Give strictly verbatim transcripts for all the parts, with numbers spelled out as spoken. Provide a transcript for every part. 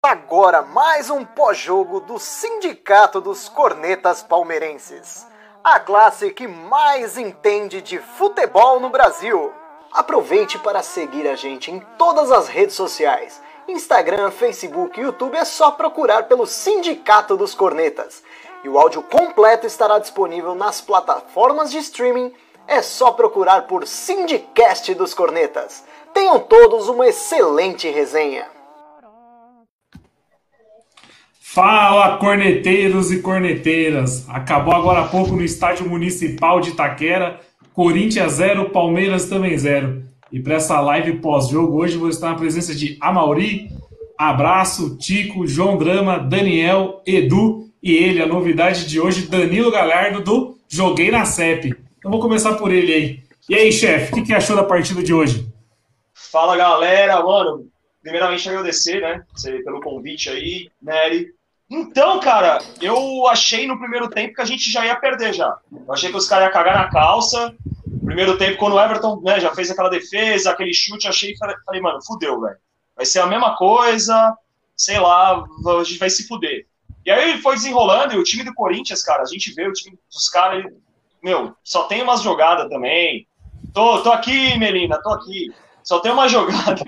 agora mais um pós-jogo do Sindicato dos Cornetas Palmeirenses, a classe que mais entende de futebol no Brasil. Aproveite para seguir a gente em todas as redes sociais, Instagram, Facebook e YouTube, é só procurar pelo Sindicato dos Cornetas. E o áudio completo estará disponível nas plataformas de streaming, é só procurar por Sindicast dos Cornetas. Tenham todos uma excelente resenha. Fala, corneteiros e corneteiras! Acabou agora há pouco no Estádio Municipal de Itaquera, Corinthians zero, Palmeiras também zero. E para essa live pós-jogo, hoje vou estar na presença de Amauri, Abraço, Tico, João Drama, Daniel, Edu e ele, a novidade de hoje, Danilo Galhardo do Joguei na C E P. Então vou começar por ele aí. E aí, chefe, o que, que achou da partida de hoje? Fala, galera, mano. Primeiramente agradecer, né, pelo convite aí, Nery. Então, cara, eu achei no primeiro tempo que a gente já ia perder já. Eu achei que os caras iam cagar na calça. Primeiro tempo, quando o Everton, né, já fez aquela defesa, aquele chute, achei, falei, mano, fudeu, velho. Vai ser a mesma coisa, sei lá, a gente vai se fuder. E aí foi desenrolando, e o time do Corinthians, cara, a gente vê o time dos caras, meu, só tem umas jogadas também. Tô, tô aqui, Melina, tô aqui. Só tem uma jogada.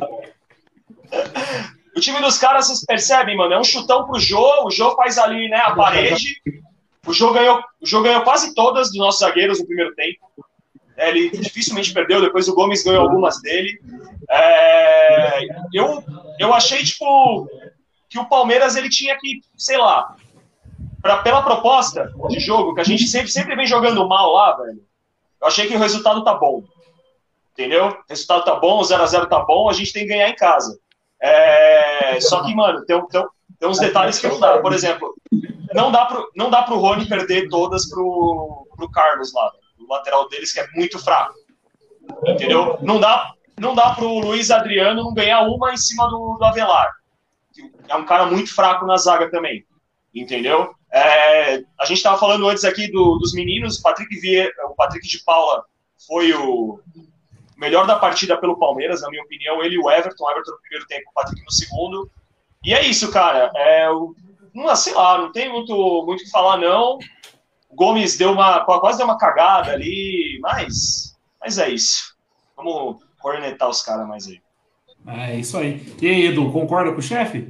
O time dos caras, vocês percebem, mano, é um chutão pro Jô, o Jô faz ali, né, a parede. O Jô ganhou, o Jô ganhou quase todas dos nossos zagueiros no primeiro tempo. É, ele dificilmente perdeu, depois o Gomes ganhou algumas dele. É, eu, eu achei, tipo, que o Palmeiras, ele tinha que, sei lá, pra, pela proposta de jogo, que a gente sempre, sempre vem jogando mal lá, velho, eu achei que o resultado tá bom. Entendeu? O resultado tá bom, o zero a zero tá bom, a gente tem que ganhar em casa. É, só que, mano, tem, tem, tem uns detalhes que não dá. Por exemplo, não dá pro, não dá pro Rony perder todas pro, pro Carlos lá, o lateral deles, que é muito fraco. Entendeu? Não dá, não dá pro Luiz Adriano não ganhar uma em cima do, do Avelar. É um cara muito fraco na zaga também. Entendeu? É, a gente tava falando antes aqui do, dos meninos, o Patrick, Vieira, o Patrick de Paula foi o melhor da partida pelo Palmeiras, na minha opinião, ele e o Everton, o Everton no primeiro tempo, o Patrick no segundo. E é isso, cara. É, não, sei lá, não tem muito muito o que falar, não. O Gomes deu uma, quase deu uma cagada ali, mas, mas é isso. Vamos cornetar os caras mais aí. É isso aí. E aí, Edu, concorda com o chefe?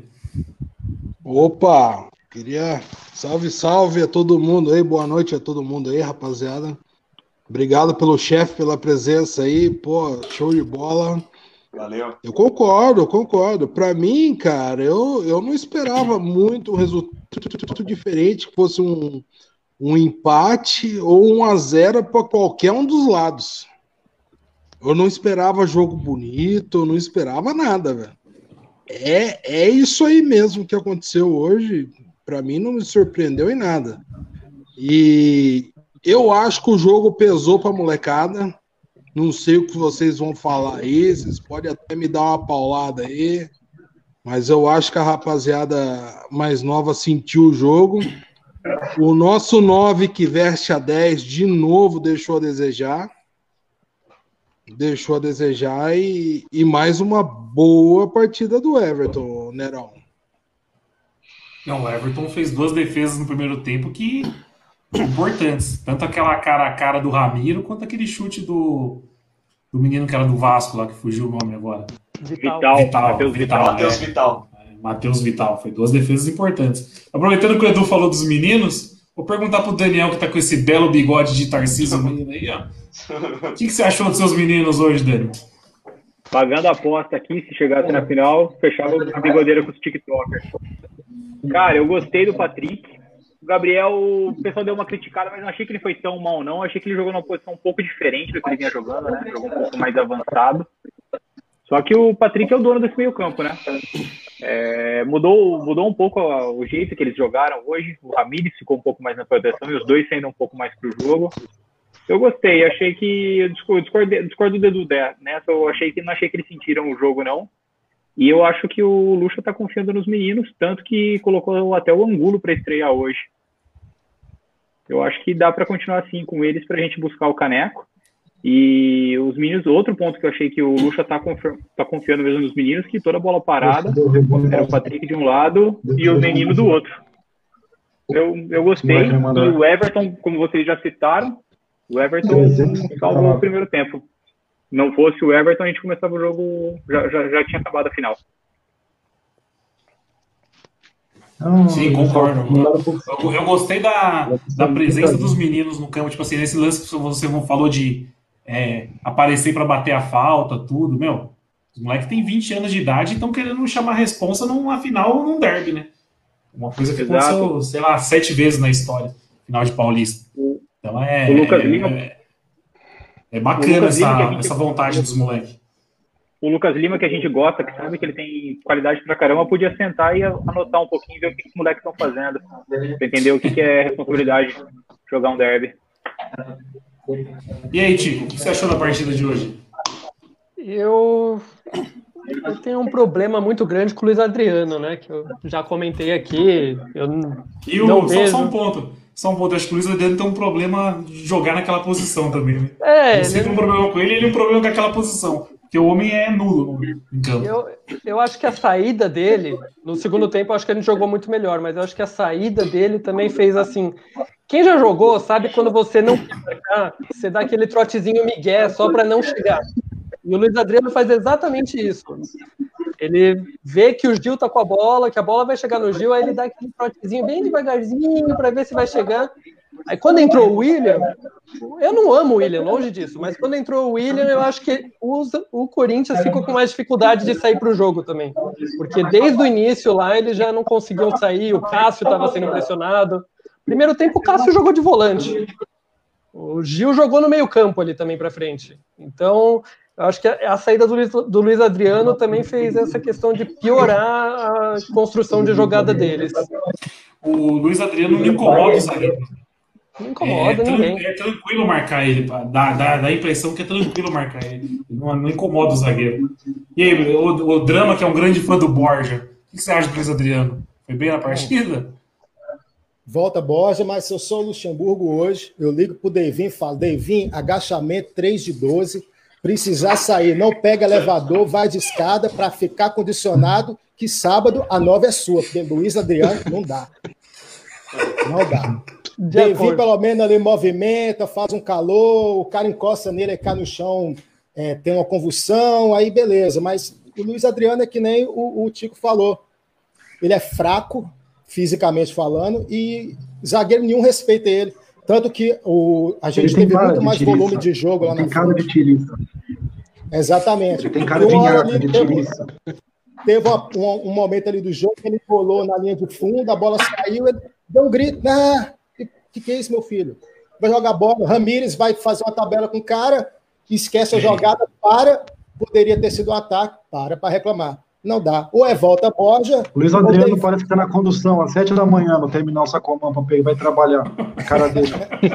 Opa! Queria... Salve, salve a todo mundo aí, boa noite a todo mundo aí, rapaziada. Obrigado pelo chefe, pela presença aí, pô, show de bola. Valeu. Eu concordo, eu concordo. Pra mim, cara, eu, eu não esperava muito um resultado diferente, que fosse um, um empate ou um a zero para qualquer um dos lados. Eu não esperava jogo bonito, eu não esperava nada, velho. É, é isso aí mesmo que aconteceu hoje. Pra mim não me surpreendeu em nada. E eu acho que o jogo pesou pra molecada. Não sei o que vocês vão falar aí. Vocês podem até me dar uma paulada aí. Mas eu acho que a rapaziada mais nova sentiu o jogo. O nosso nove que veste a dez de novo deixou a desejar. Deixou a desejar. E, e mais uma boa partida do Everton, Nerão. Não, o Everton fez duas defesas no primeiro tempo que importantes. Tanto aquela cara a cara do Ramiro, quanto aquele chute do, do menino que era do Vasco lá, que fugiu o nome agora. Vital. Vital. Matheus Vital. Matheus é, Vital. É, Matheus Vital. Foi duas defesas importantes. Aproveitando que o Edu falou dos meninos, vou perguntar pro Daniel, que tá com esse belo bigode de Tarcísio menino aí, ó. O que, que você achou dos seus meninos hoje, Daniel? Pagando a aposta aqui, se chegasse na final, fechava a bigodeira com os TikTokers. Cara, eu gostei do Patrick. O Gabriel, o pessoal deu uma criticada, mas não achei que ele foi tão mal, não. Eu achei que ele jogou numa posição um pouco diferente do que ele vinha jogando, né? Jogou um pouco mais avançado. Só que o Patrick é o dono desse meio campo, né? É, mudou, mudou um pouco o jeito que eles jogaram hoje. O Ramires ficou um pouco mais na proteção e os dois saindo um pouco mais pro jogo. Eu gostei, achei que... Eu discordo, discordo do Edu nessa, eu achei que, não achei que eles sentiram o jogo, não. E eu acho que o Lucha tá confiando nos meninos, tanto que colocou até o Angulo para estrear hoje. Eu acho que dá para continuar assim com eles pra gente buscar o caneco. E os meninos, outro ponto que eu achei que o Lucha tá, confi- tá confiando mesmo nos meninos, que toda bola parada era o Patrick de um lado e o menino do outro. Eu, eu gostei. E o Everton, como vocês já citaram, o Everton salvou o primeiro tempo. Não fosse o Everton, a gente começava o jogo, já, já, já tinha acabado a final. Sim, concordo. Eu, eu gostei da, da presença dos meninos no campo, tipo assim, nesse lance que você falou de é, aparecer para bater a falta, tudo, meu. Os moleques têm vinte anos de idade e estão querendo chamar a responsa numa final ou num derby, né? Uma coisa que Exato. aconteceu, sei lá, sete vezes na história, final de Paulista. Então é, O Lucas é, Lima, é, é bacana Lucas Lima, que a essa, gente- essa vontade dos moleques. o Lucas Lima, que a gente gosta, que sabe que ele tem qualidade pra caramba, podia sentar e anotar um pouquinho e ver o que, que os moleques estão fazendo. Pra entender o que, que é responsabilidade de jogar um derby. E aí, Tico, o que você achou da partida de hoje? Eu, eu tenho um problema muito grande com o Luiz Adriano, né? Que eu já comentei aqui. Eu n- E o, não só, vejo. só um ponto. Só um ponto. Eu acho que o Luiz Adriano tem um problema de jogar naquela posição também. Né? É, Eu sempre ele- um problema com ele, ele tem um problema com aquela posição. Porque o homem é nulo no- em campo. Eu, eu acho que a saída dele, no segundo tempo, eu acho que a gente jogou muito melhor, mas eu acho que a saída dele também fez assim. Quem já jogou sabe quando você não quer marcar, você dá aquele trotezinho migué só para não chegar. E o Luiz Adriano faz exatamente isso. Ele vê que o Gil tá com a bola, que a bola vai chegar no Gil, aí ele dá aquele trotezinho bem devagarzinho para ver se vai chegar. Aí quando entrou o William, eu não amo o William, longe disso, mas quando entrou o William, eu acho que usa, o Corinthians ficou com mais dificuldade de sair para o jogo também. Porque desde o início lá eles já não conseguiam sair, o Cássio estava sendo pressionado. Primeiro tempo o Cássio jogou de volante. O Gil jogou no meio campo ali também para frente. Então, eu acho que a, a saída do Luiz, do Luiz Adriano também fez essa questão de piorar a construção de jogada deles. O Luiz Adriano não incomoda o zagueiro. Não É, incomoda é, tran- ninguém. é tranquilo marcar ele, pá. Dá, dá, dá a impressão que é tranquilo marcar ele. Não, não incomoda o zagueiro. E aí, o, o Drama, que é um grande fã do Borja, o que você acha do Luiz Adriano? Foi bem na partida? Volta Borja, mas se eu sou o Luxemburgo hoje, eu ligo pro Devin e falo, Devin, agachamento três de doze, precisar sair, não pega elevador, vai de escada para ficar condicionado, que sábado a nova é sua, porque Luiz Adriano não dá. Não dá. De Devin acordo. pelo menos ali movimenta, faz um calor, o cara encosta nele, aí cai no chão, é, tem uma convulsão, aí beleza, mas o Luiz Adriano é que nem o, o Tico falou, ele é fraco, fisicamente falando, e zagueiro nenhum respeita ele. Tanto que o, a gente Ele tem teve cara muito de mais tirista. volume de jogo lá Ele tem na cara frente. de tirista. Exatamente. Ele tem cara E de uma hora nhata, ali de teve, tirista. teve uma- um, um momento ali do jogo que ele rolou na linha de fundo, a bola saiu, ele deu um grito. Ah, que, que que é isso, meu filho? Vai jogar bola. Ramírez vai fazer uma tabela com o cara, esquece a jogada, para. Poderia ter sido um ataque, para para reclamar. Não dá. Ou é volta Borja. O Luiz ou Adriano tem- parece que está na condução às sete da manhã no terminal Sacomã para pegar e vai trabalhar. A cara dele.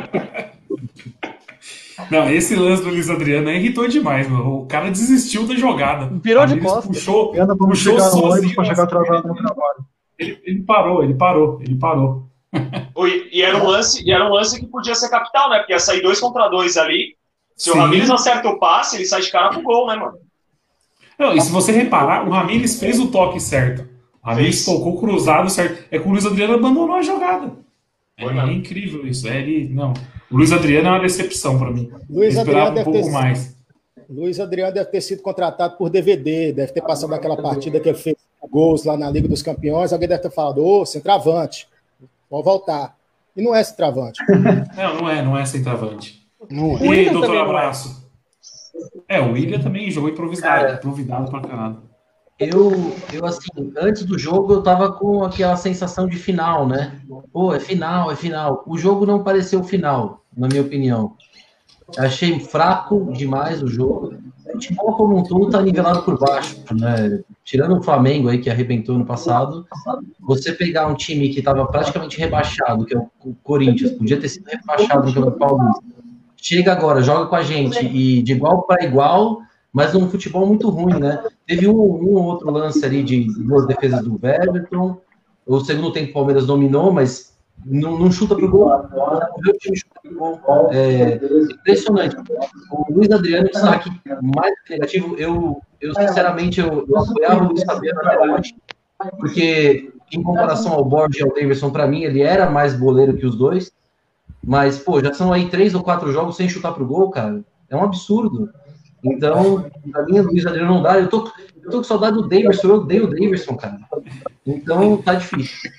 Não, esse lance do Luiz Adriano aí irritou demais, mano. O cara desistiu da jogada. Virou de Ele costas. Puxou, Anda para puxou chegar no ônibus sozinho. para chegar atrasado no trabalho. Ele, ele parou, ele parou, ele parou. Oi, E era um lance, e era um lance que podia ser capital, né? Porque ia sair dois contra dois ali. Se Sim. o Ramírez acerta o passe, ele sai de cara pro gol, né, mano? Não, e se você reparar, o Ramírez fez o toque certo. O Ramírez Fez. tocou cruzado certo. É que o Luiz Adriano abandonou a jogada. É, Foi mesmo. incrível isso. É, ele, não. O Luiz Adriano é uma decepção pra mim. Luiz Eu esperava Adriano um deve pouco ter- mais. Luiz Adriano deve ter sido contratado por D V D, deve ter passado aquela partida que ele fez gols lá na Liga dos Campeões, alguém deve ter falado, ô, centroavante, pode voltar. E não é centroavante. Não, não é, não é centroavante. Não E aí, William doutor também não é. Abraço? É, o William também jogou improvisado, Cara. improvisado pra caralho. Eu, eu, assim, antes do jogo eu tava com aquela sensação de final, né? Pô, é final, é final. O jogo não pareceu final, na minha opinião. Achei fraco demais o jogo. O futebol como um todo tá nivelado por baixo, né? Tirando o Flamengo aí, que arrebentou no passado, você pegar um time que estava praticamente rebaixado, que é o Corinthians, podia ter sido rebaixado no Campeonato Paulista. Chega agora, joga com a gente e de igual para igual, mas num futebol muito ruim, né? Teve um, um ou outro lance ali de duas defesas do Everton. O segundo tempo o Palmeiras dominou, mas não, não chuta pro gol. O time chuta pro gol. É impressionante. O Luiz Adriano, destaque mais negativo, eu, eu sinceramente, eu, eu apoiava o Luiz Fabiano até hoje, porque em comparação ao Borges e ao Davidson, para mim, ele era mais boleiro que os dois. Mas, pô, já são aí três ou quatro jogos sem chutar pro gol, cara. É um absurdo. Então, pra mim, o Luiz Adriano não dá. Eu tô, eu tô com saudade do Davidson, eu odeio o Davidson, cara. Então, tá difícil.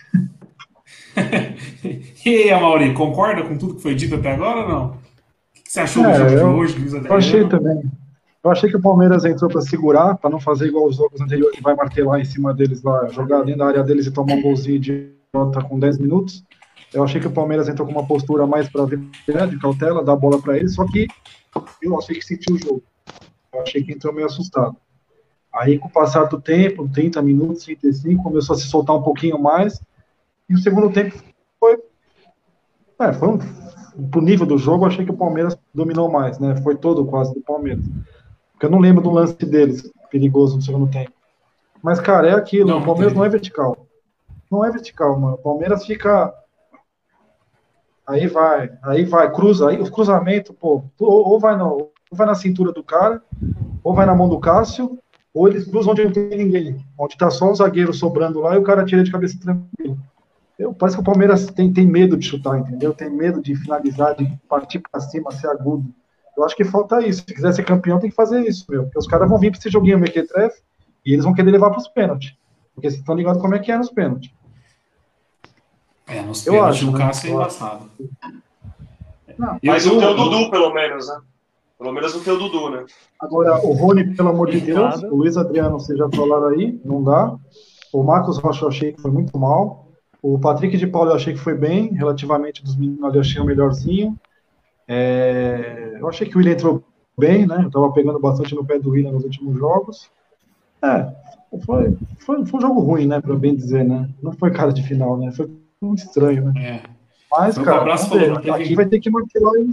E aí, Amaury, concorda com tudo que foi dito até agora ou não? O que você achou do É, jogo de eu- hoje, Luiz Adriano? Eu achei também. Eu achei que o Palmeiras entrou para segurar, para não fazer igual os jogos anteriores, que vai martelar em cima deles lá, jogar dentro da área deles e tomar um golzinho de nota com dez minutos. Eu achei que o Palmeiras entrou com uma postura mais para ver, né, de cautela, dar a bola para eles, só que eu achei que sentiu o jogo. Eu achei que entrou meio assustado. Aí, com o passar do tempo, trinta minutos, trinta e cinco, começou a se soltar um pouquinho mais, e o segundo tempo foi. É, foi um. Pro nível do jogo, eu achei que o Palmeiras dominou mais, né? Foi todo quase do Palmeiras. Porque eu não lembro do lance deles, perigoso no segundo tempo. Mas, cara, é aquilo, Não, o Palmeiras não não é vertical. Não é vertical, mano. O Palmeiras fica. Aí vai, aí vai, cruza, aí o cruzamento, pô, ou, ou vai no, ou vai na cintura do cara, ou vai na mão do Cássio, ou eles cruzam onde não tem ninguém, onde tá só o zagueiro sobrando lá e o cara tira de cabeça tranquilo. Eu, parece que o Palmeiras tem, tem medo de chutar, entendeu? Tem medo de finalizar, de partir para cima, ser agudo. Eu acho que falta isso. Se quiser ser campeão, tem que fazer isso, meu. Porque os caras vão vir para esse joguinho mequetrefe e eles vão querer levar para os pênaltis. Porque vocês estão ligados como é que é nos pênaltis. É, nos Eu pênaltis acho, o né? Cássio é Eu embaçado. Não. Mas Eu- não tem o eu- Dudu, pelo menos, né? Pelo menos não tem o Dudu, né? Agora, o Rony, pelo amor de Deus, Obrigado. o Luiz Adriano, vocês já falaram aí, não dá. O Marcos Rocha eu achei que foi muito mal. O Patrick de Paulo eu achei que foi bem, relativamente dos meninos ali eu achei o melhorzinho. É, eu achei que o Willian entrou bem, né? Eu tava pegando bastante no pé do Willian nos últimos jogos. É, foi, foi, foi um jogo ruim, né? Pra bem dizer, né? Não foi cara de final, né? Foi muito estranho, né? É. Mas, Foi o que o cara, Abraço vamos ver, falou, não teve- aqui vai ter que martelar eles.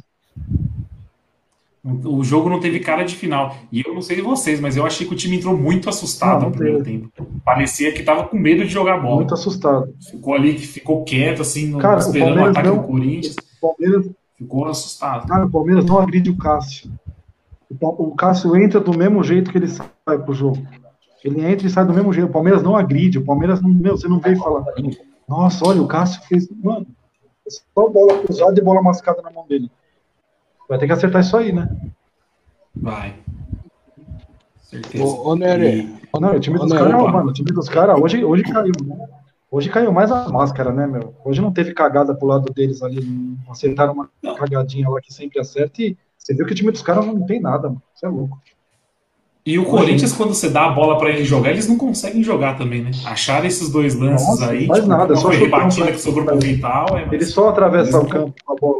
O jogo não teve cara de final. E eu não sei de vocês, mas eu achei que o time entrou muito assustado Não, no primeiro teve. tempo. Parecia que tava com medo de jogar bola. Muito assustado. Ficou ali, ficou quieto, assim, no- Cara, o esperando o Palmeiras ataque não- do Corinthians. O Palmeiras Ficou assustado. Cara, o Palmeiras não agride o Cássio. O Pa- O Cássio entra do mesmo jeito que ele sai pro jogo. Ele entra e sai do mesmo jeito. O Palmeiras não agride. O Palmeiras não. Meu, você não veio falar. Nossa, olha, o Cássio fez. Mano, é só bola cruzada e bola mascada na mão dele. Vai ter que acertar isso aí, né? Vai. Certeza. Ô, ô Nery, E- ô, Não, o time dos ô, caras, Nery, mano, o time dos caras hoje, hoje caiu, né? Hoje caiu mais a máscara, né, meu? Hoje não teve cagada pro lado deles ali. Não acertaram uma Não. cagadinha lá que sempre acerta e você viu que o time dos caras não tem nada, mano. Você é louco. E o Corinthians, quando você dá a bola pra ele jogar, eles não conseguem jogar também, né? Acharam esses dois lances Nossa, aí, faz tipo, nada, uma só foi chutão, rebatida né? que sobrou pro Vital, é, mas Ele só atravessa Eles o não- campo com a bola.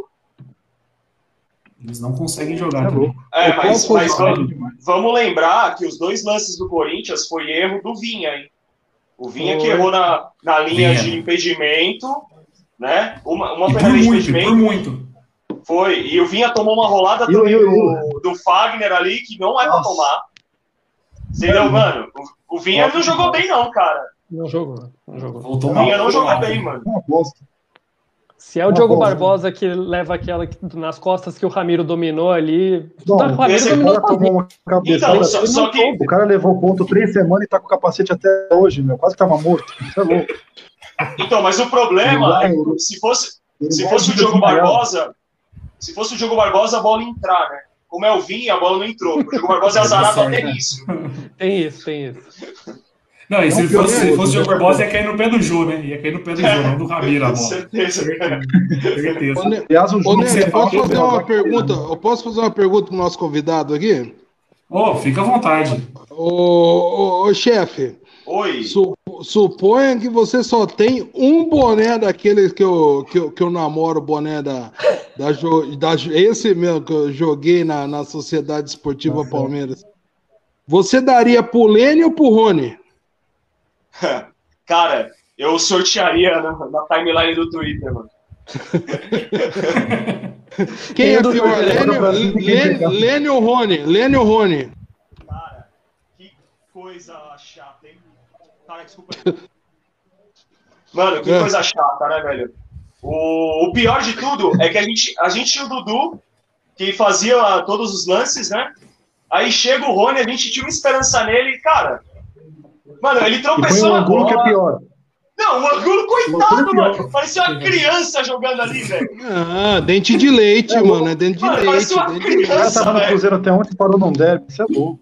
eles não conseguem jogar Você é também. louco. É, Eu mas, posso mas falar vamos, vamos lembrar que os dois lances do Corinthians foi erro do Vinha, hein? O Vinha que Foi. errou na, na linha Vinha. de impedimento, né? Uma, uma E foi por na linha de muito, e por impedimento, muito. foi. E o Vinha tomou uma rolada E o- também e o- do, do Fagner ali, que não é pra Nossa. tomar. Entendeu, mano? O, o Vinha não jogou bem, não, cara. Não jogou, não jogou. Voltou O mal. Vinha não jogou mal. bem, mano. É uma bosta. Se é o Uma Diogo boa, Barbosa que leva aquela que- nas costas que o Ramiro dominou ali. Não, o Ramiro esse dominou O cara sozinho. tomou uma cabeçada. Então, só, só que. O cara levou ponto três semanas e tá com o capacete até hoje, meu. Quase que tava morto. Você é louco. Então, mas o problema é Ele vai- que se fosse, Ele se vai fosse o desmaiar. Diogo Barbosa, se fosse o Diogo Barbosa, a bola ia entrar, né? Como é o Vinha, a bola não entrou. O Diogo Barbosa é azarado até nisso. Tem isso, tem isso. Não, e se Não, fosse, se pior, fosse o Diogo né? Barbosa, ia cair no pé do Jô, né? Ia cair no pé do Jô, não do Ramiro a Com bola. certeza. Certeza. Ô, Ne- Aliás, o ô, jogo Nery, você posso fala- fazer uma pergunta? Eu posso fazer uma pergunta pro nosso convidado aqui? Ô, fica à vontade. Ô, ô, ô, chefe, Oi. su- suponha que você só tem um boné daqueles que eu, que eu, que eu namoro, boné da, da, jo- da. Esse mesmo que eu joguei na, na Sociedade Esportiva Nossa. Palmeiras. Você daria pro Lênin ou pro Rony? Cara, eu sortearia na, na timeline do Twitter, mano. Quem é dos pior, dois? Lênin, Lênin, Lênin ou Rony? Lênin ou Rony? Cara, que coisa chata, hein? Cara, desculpa aí. Mano, que É. coisa chata, né, velho? O, o pior de tudo é que a gente, a gente tinha o Dudu, que fazia todos os lances, né? Aí chega o Rony, a gente tinha uma esperança nele, cara. Mano, ele tropeçou na bola. Que é pior. Não, o Angulo, coitado, mano. Parecia uma criança jogando ali, velho. Ah, dente de leite, é, mano. É dente de mano, leite. Parecia uma dente criança, o cara tava no Cruzeiro até ontem e parou num derby. Isso é louco.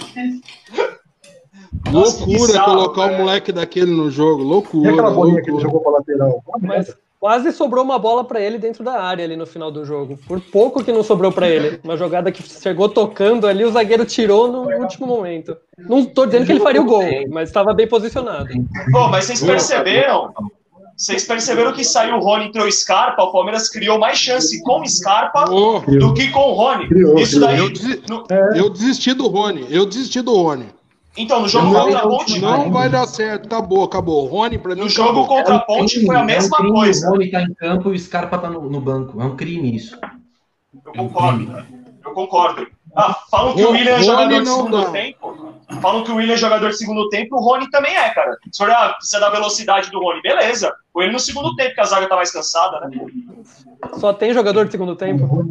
Nossa, loucura sal, colocar o um moleque daquele no jogo. Loucura. E aquela bolinha loucura. que ele jogou pra lateral? Mas quase sobrou uma bola pra ele dentro da área ali no final do jogo. Por pouco que não sobrou pra ele. Uma jogada que chegou tocando ali, o zagueiro tirou no último momento. Não tô dizendo que ele faria o gol, mas estava bem posicionado. Pô, mas vocês perceberam? Vocês perceberam que saiu o Rony, entrou o Scarpa, o Palmeiras criou mais chance com o Scarpa oh, do que com o Rony. Criou, Isso daí. Eu, desi no... eu desisti do Rony. Eu desisti do Rony. Então, no jogo não, contra a Ponte... Não vai dar certo. Acabou, acabou. O Rony, pra mim, No jogo acabou. contra a Ponte foi a mesma é um coisa. O Rony tá em campo e o Scarpa tá no, no banco. É um crime isso. Eu concordo. Eu concordo. Ah, falam que o, o William é jogador de segundo dá. tempo. Falam que o William é jogador de segundo tempo, o Rony também é, cara. Se olhar, precisa da velocidade do Rony, beleza. O ele no segundo tempo, que a zaga tá mais cansada, né? Só tem jogador de segundo tempo.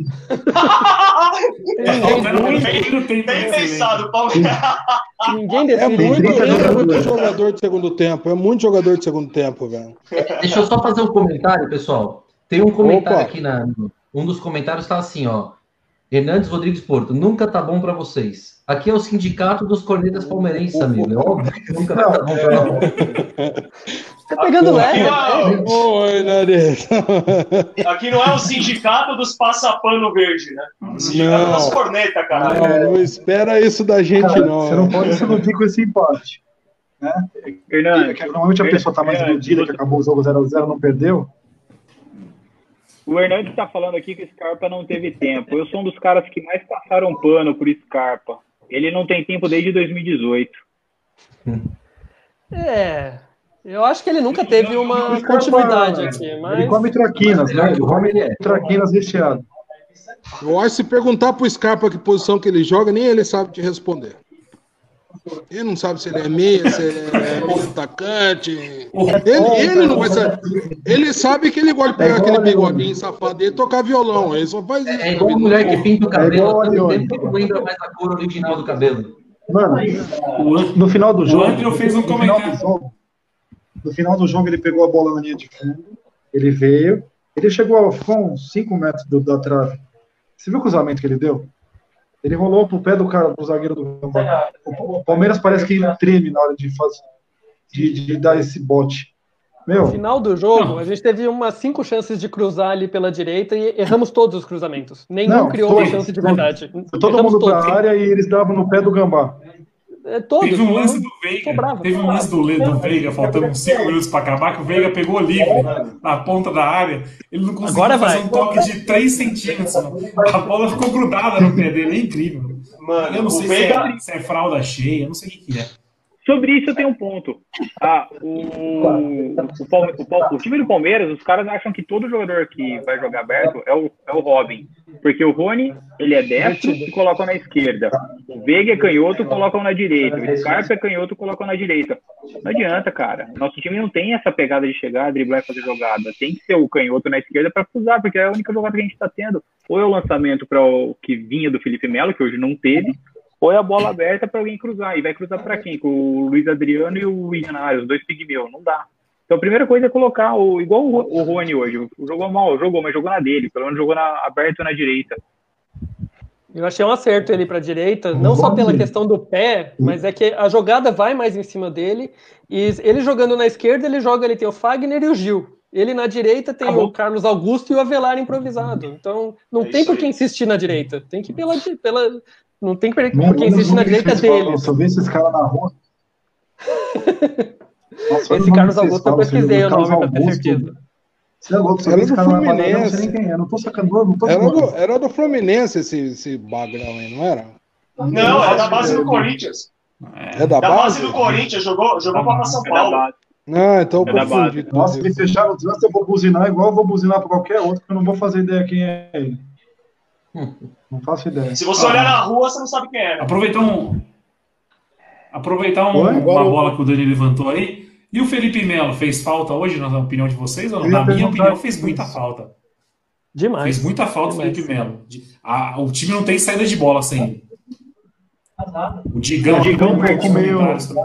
Bem pensado, Paulo. Ninguém decide. É muito, é muito jogador de segundo tempo. É muito jogador de segundo tempo, velho. Deixa eu só fazer um comentário, pessoal. Tem um comentário Opa. aqui na. Um dos comentários tá assim, ó. Hernandes Rodrigues Porto, nunca tá bom pra vocês. Aqui é o sindicato dos cornetas palmeirenses, amigo. É óbvio que nunca vai tá bom pra nós. Tá pegando leve. Oi, Nariz. Aqui não é o sindicato dos passapano verde, né? O sindicato não. das cornetas, cara. Não, não espera isso da gente, cara, não. Você não pode se iludir com esse empate. Né? Fernando, normalmente a pessoa tá mais iludida, que acabou o jogo zero a zero, não perdeu. O Hernandes está falando aqui que o Scarpa não teve tempo. Eu sou um dos caras que mais passaram pano por Scarpa. Ele não tem tempo desde dois mil e dezoito. É, eu acho que ele nunca teve uma continuidade aqui. Mas... Ele come traquinas, né? Ele come traquinas recheado. Eu acho que se perguntar pro Scarpa que posição que ele joga, nem ele sabe te responder. Ele não sabe se ele é meia, se ele é meio atacante. Ele, ele não vai saber. Ele sabe que ele gosta de pegar aquele bigodinho safado dele e tocar violão. Ele só faz isso. É igual a mulher que pinta o cabelo. É tempo que não lembra mais a cor original do cabelo. Mano, no final do jogo. O Andrew fez um comentário. Jogo, no final do jogo, ele pegou a bola na linha de fundo. Ele veio. Ele chegou a ficar uns cinco metros do, da trave. Você viu o cruzamento que ele deu? Ele rolou pro pé do cara, do zagueiro do Gambá. O Palmeiras parece que ele treme na hora de fazer, de, de dar esse bote. Meu. No final do jogo, a gente teve umas cinco chances de cruzar ali pela direita e erramos todos os cruzamentos. Nenhum não, criou todos, uma chance de verdade. Todos. Todo erramos mundo todos. Pra área e eles davam no pé do Gambá. É, todos, teve um lance do Veiga, sobrava, teve um lance do, do Veiga, faltando uns cinco minutos para acabar, que o Veiga pegou livre na ponta da área. Ele não conseguiu Agora fazer vai. um toque de três centímetros. A bola ficou grudada no pé dele, é incrível. Mano, eu não sei Veiga... se, é, se é fralda cheia, eu não sei o que, que é. Sobre isso eu tenho um ponto. Ah, o, o, o, o time do Palmeiras, os caras acham que todo jogador que vai jogar aberto é o, é o Robin. Porque o Rony, ele é destro e colocam na esquerda. O Veiga é canhoto, colocam na direita. O Scarpa é canhoto, colocam na direita. Não adianta, cara. Nosso time não tem essa pegada de chegar, driblar e fazer jogada. Tem que ser o canhoto na esquerda para cruzar, porque é a única jogada que a gente está tendo. Ou é o lançamento para o que vinha do Felipe Melo, que hoje não teve, ou é a bola aberta para alguém cruzar. E vai cruzar para quem? Com o Luiz Adriano e o Willian, os dois pigmeus. Não dá. Então a primeira coisa é colocar, o, igual o, o Rony hoje. Jogou mal, jogou, mas jogou na dele. Pelo menos jogou na, aberto na direita. Eu achei um acerto ele para a direita, não só pela questão do pé, mas é que a jogada vai mais em cima dele. E ele jogando na esquerda, ele joga, ele tem o Fagner e o Gil. Ele na direita tem Acabou. o Carlos Augusto e o Avelar improvisado. Então não é tem por que insistir na direita. Tem que ir pela... pela Não tem por que insistir na direita dele. Eu vi esses caras na rua. Nossa, esse Carlos Augusto eu pesquisei o nome pra ter certeza. Você é louco, você era do Fluminense. Não sei nem quem é, não tô sacando, não tô era, do, era do Fluminense esse, esse bagrão aí, não era? Não, é da base do Corinthians. É da, da base? base do Corinthians, jogou, jogou pra São Paulo. Não, então eu é confundi. Nossa, me fecharam, se eu vou buzinar igual eu vou buzinar pra qualquer outro, porque eu não vou fazer ideia quem é ele. Não faço ideia. Se você ah. olhar na rua, você não sabe quem é. Né? Aproveitar um, aproveitar um, uma bola que o Dani levantou aí. E o Felipe Melo fez falta hoje, na opinião de vocês? Ou não? Eu ia Na minha perguntar opinião, fez muita isso. falta. Demais. Fez muita falta o Demais. Felipe Melo. De- a- o time não tem saída de bola sem ele. O Digão, O Digão aqui ficou nos meio- comentários também.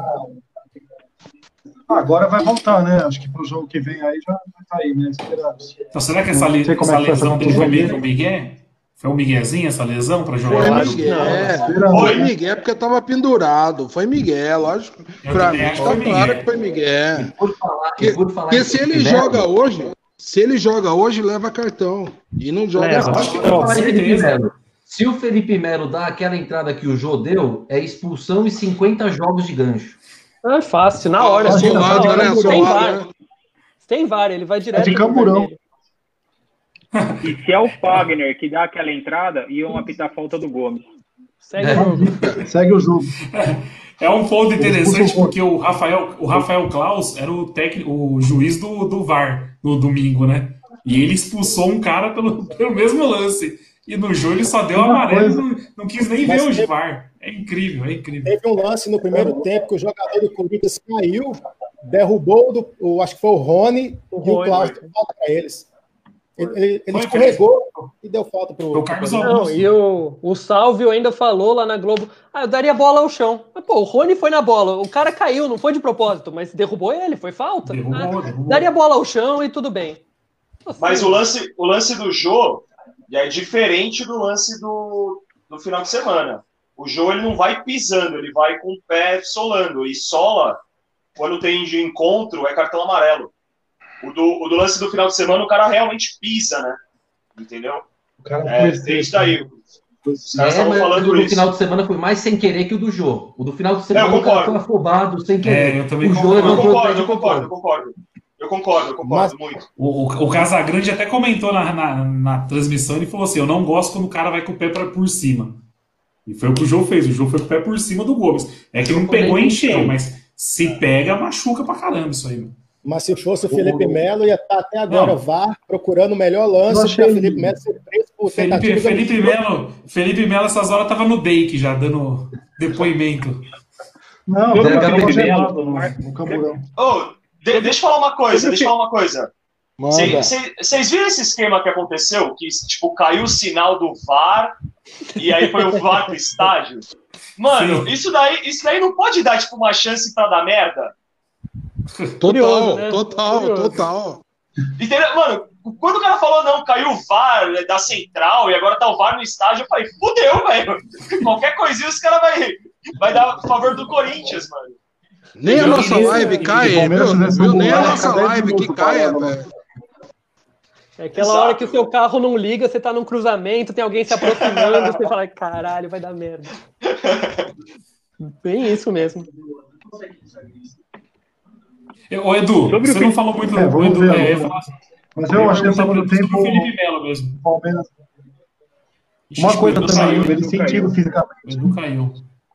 Agora vai voltar, né? Acho que pro jogo que vem aí já vai tá aí, né? Esperamos. Então, será que essa, Não le- sei como essa é que foi essa lesão dele foi meio que contusão um migué? Foi um miguezinho essa lesão pra jogar? Foi acho que Miguel. não. É, Esperamos. foi Miguel porque tava pendurado. Foi Miguel, lógico. Eu Pra também mim acho que tá foi claro Miguel. que foi Miguel. Por falar, Porque, por falar porque em se ele Felipe Melo, joga hoje, se ele joga hoje, leva cartão. E não joga Leva. mais. Acho que por não, falar em Felipe certeza. Melo, se o Felipe Melo dá aquela entrada que o Jô deu, é expulsão e cinquenta jogos de gancho. É fácil, na hora. Tá assim, na Solado, hora. né? Tem Solado, VAR. né? Tem VAR, ele vai direto. É de pro camburão. vermelho. E se é o Fagner que dá aquela entrada, iam apitar a falta do Gomes. Segue É. o jogo. Segue o jogo. É um ponto interessante Expulsou. porque o Rafael, o Rafael Klaus era o técnico, o juiz do, do V A R no domingo, né? E ele expulsou um cara pelo, pelo mesmo lance. E no jogo ele só deu Uma amarelo e coisa- não, não quis nem Mas ver o teve- V A R. É incrível, é incrível. Teve um lance no primeiro tempo que o jogador do Corinthians caiu, derrubou, do, o, acho que foi o Rony, O e o Rony. Klaus deu falta para eles. Ele, ele, ele Foi, escorregou e deu falta pro. Foi o Carlos pro- Não, Augusto. e o, o Salvio ainda falou lá na Globo, ah, eu daria bola ao chão. Mas, pô, o Rony foi na bola, o cara caiu, não foi de propósito, mas derrubou ele, foi falta. Derrubou, Ah, derrubou. daria bola ao chão e tudo bem. Nossa, Mas o lance, o lance do Jô é diferente do lance do, do final de semana. O Jô ele não vai pisando, ele vai com o pé solando. E sola, quando tem de encontro, é cartão amarelo. O do, o do lance do final de semana, o cara realmente pisa, né? Entendeu? O cara É, foi tem isso daí. Os caras É, estavam mas o falando do isso. final de semana foi mais sem querer que o do Jô. O do final de semana eu o cara concordo. foi afobado sem querer. É, eu também o Jô concordo. Eu levantou o pé concordo, de eu concordo, eu propósito. concordo. Eu concordo, eu concordo muito. O, o, o Casagrande até comentou na, na, na transmissão, ele falou assim, eu não gosto quando o cara vai com o pé pra, por cima. E foi o que o Jô fez, o Jô foi com o pé por cima do Gomes. É que não pegou em cheio, mas se pega, machuca pra caramba isso aí, mano. Mas se fosse o Felipe Melo, ia estar até agora Não. V A R procurando o melhor lance Eu achei- para Felipe Melo ser preso por Felipe, tentativa de Felipe homicídio. Melo, Felipe Melo, essas horas tava no Dake já, dando depoimento. Não, Sobre ele o tava Felipe gelado Melo, no, no camburão. Ô, de- deixa eu falar uma coisa, deixa eu falar uma coisa. Manda. Vocês viram esse esquema que aconteceu? Que, tipo, caiu o sinal do V A R e aí foi o V A R pro estádio? Mano, Sim. isso daí, isso daí não pode dar, tipo, uma chance pra dar merda? Total, Curioso, né? total, Curioso. total. Entendeu? Mano, quando o cara falou, não, caiu o V A R da central e agora tá o V A R no estádio, eu falei, fudeu, velho. Qualquer coisinha os caras vai, vai dar a favor do Corinthians, mano. Nem a Eu nossa queria- live o cai, Palmeiras viu? fizesse Viu? um Nem a gol, nossa cada dez live que minutos caia, parado, velho. É aquela Exato. hora que o seu carro não liga, você tá num cruzamento, tem alguém se aproximando, você fala, caralho, vai dar merda. Bem isso mesmo. Ô, Edu, Sobre o você que- não falou muito... É, o vamos Edu, ver, é, eu vamos ia ver. falar- Mas eu eu ia achei que perguntar tava no sobre tempo. o Felipe Melo mesmo. O Palmeiras. Ixi, Uma o coisa Edu também, caiu, ele Edu sentido caiu. fisicamente. O Edu caiu.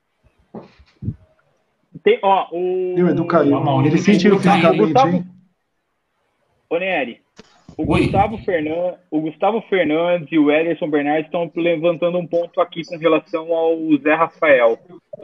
Tem, ó, o... E o Edu caiu. A Maurício Ele sentiu Edu caiu. fisicamente, Gustavo- hein? Ô, Nery, o Oi. Gustavo, Fernan... o Gustavo Fernandes e o Ederson Bernardes estão levantando um ponto aqui com relação ao Zé Rafael.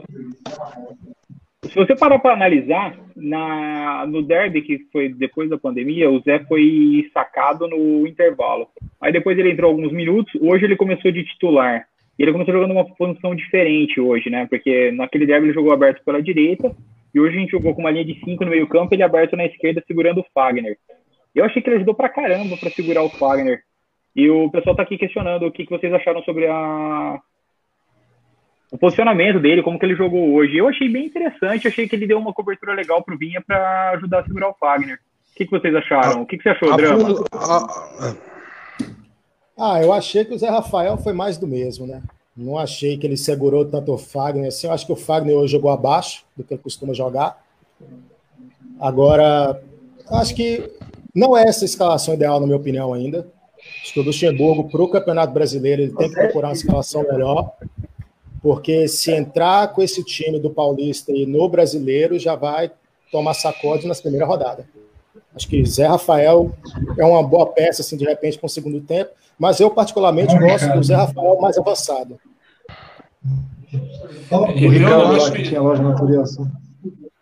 Se você parar para analisar, na... no derby que foi depois da pandemia, o Zé foi sacado no intervalo. Aí depois ele entrou alguns minutos, hoje ele começou de titular. E ele começou jogando uma posição diferente hoje, né? Porque naquele derby ele jogou aberto pela direita, e hoje a gente jogou com uma linha de cinco no meio campo, ele aberto na esquerda segurando o Fagner. Eu achei que ele ajudou pra caramba pra segurar o Fagner. E o pessoal tá aqui questionando o que, que vocês acharam sobre a... o posicionamento dele, como que ele jogou hoje. Eu achei bem interessante, achei que ele deu uma cobertura legal pro Vinha pra ajudar a segurar o Fagner. O que, que vocês acharam? O que, que você achou, A Drama? fundo- a- Ah, eu achei que o Zé Rafael foi mais do mesmo, né? Não achei que ele segurou tanto o Fagner assim. Eu acho que o Fagner hoje jogou abaixo do que ele costuma jogar. Agora, acho que não é essa a escalação ideal, na minha opinião, ainda. Acho que o Luxemburgo, para o Campeonato Brasileiro, ele tem que procurar uma escalação melhor, porque se entrar com esse time do Paulista e no Brasileiro, já vai tomar sacode nas primeiras rodadas. Acho que Zé Rafael é uma boa peça, assim, de repente, para o segundo tempo, mas eu, particularmente, gosto do Zé Rafael mais avançado. O Eu Ricardo acho lá, que que- tinha loja na Turiação.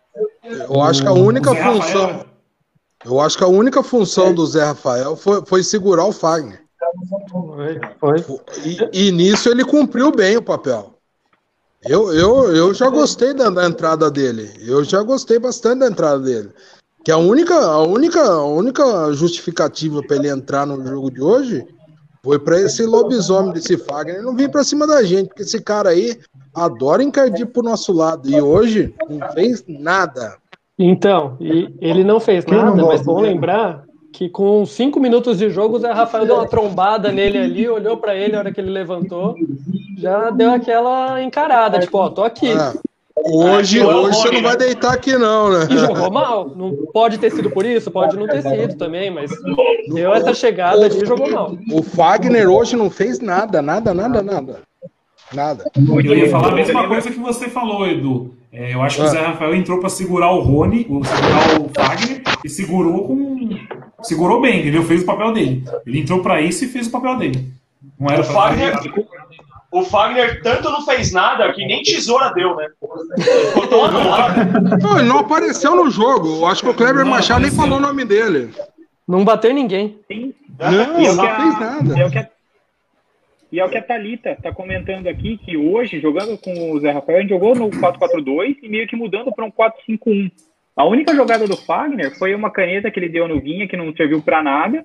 Eu acho que a única o Zé função. Rafael- Eu acho que a única função do Zé Rafael foi, foi segurar o Fagner. Foi, foi. E, e nisso ele cumpriu bem o papel. Eu, eu, eu já gostei da, da entrada dele. Eu já gostei bastante da entrada dele. Que a única, a única, a única justificativa para ele entrar no jogo de hoje foi para esse lobisomem desse Fagner não vir para cima da gente, porque esse cara aí adora encardir pro nosso lado. E hoje não fez nada. Então, e ele não fez Quem não nada, mas gosta bom dele? lembrar que com cinco minutos de jogo, o Zé Rafael deu uma trombada nele ali, olhou pra ele na hora que ele levantou, já deu aquela encarada, tipo, ó, tô aqui. Ah, hoje, Ah, hoje você Rony, não vai né? deitar aqui não, né? E jogou mal. Não pode ter sido por isso, pode não ter sido também, mas deu essa chegada ali e jogou mal. O Fagner hoje não fez nada, nada, nada, nada. Nada. Eu ia falar a mesma coisa que você falou, Edu. É, eu acho que o Ah. Zé Rafael entrou para segurar o Rony, ou segurar o Fagner, e segurou com. Segurou bem, entendeu? Fez o papel dele. Ele entrou para isso e fez o papel dele. Não era O pra Fagner, fazer. o Fagner tanto não fez nada que nem tesoura deu, né? Ficou tão anulado. Não, ele não apareceu no jogo. Eu acho que o Kleber Não, Machado nem apareceu. falou o nome dele. Não bateu em ninguém. Não, E é o não que a- fez nada. e é o que a- E é o que a Thalita tá comentando aqui, que hoje, jogando com o Zé Rafael, a gente jogou no quatro quatro dois e meio que mudando para um quatro cinco um. A única jogada do Fagner foi uma caneta que ele deu no Vinha, que não serviu para nada.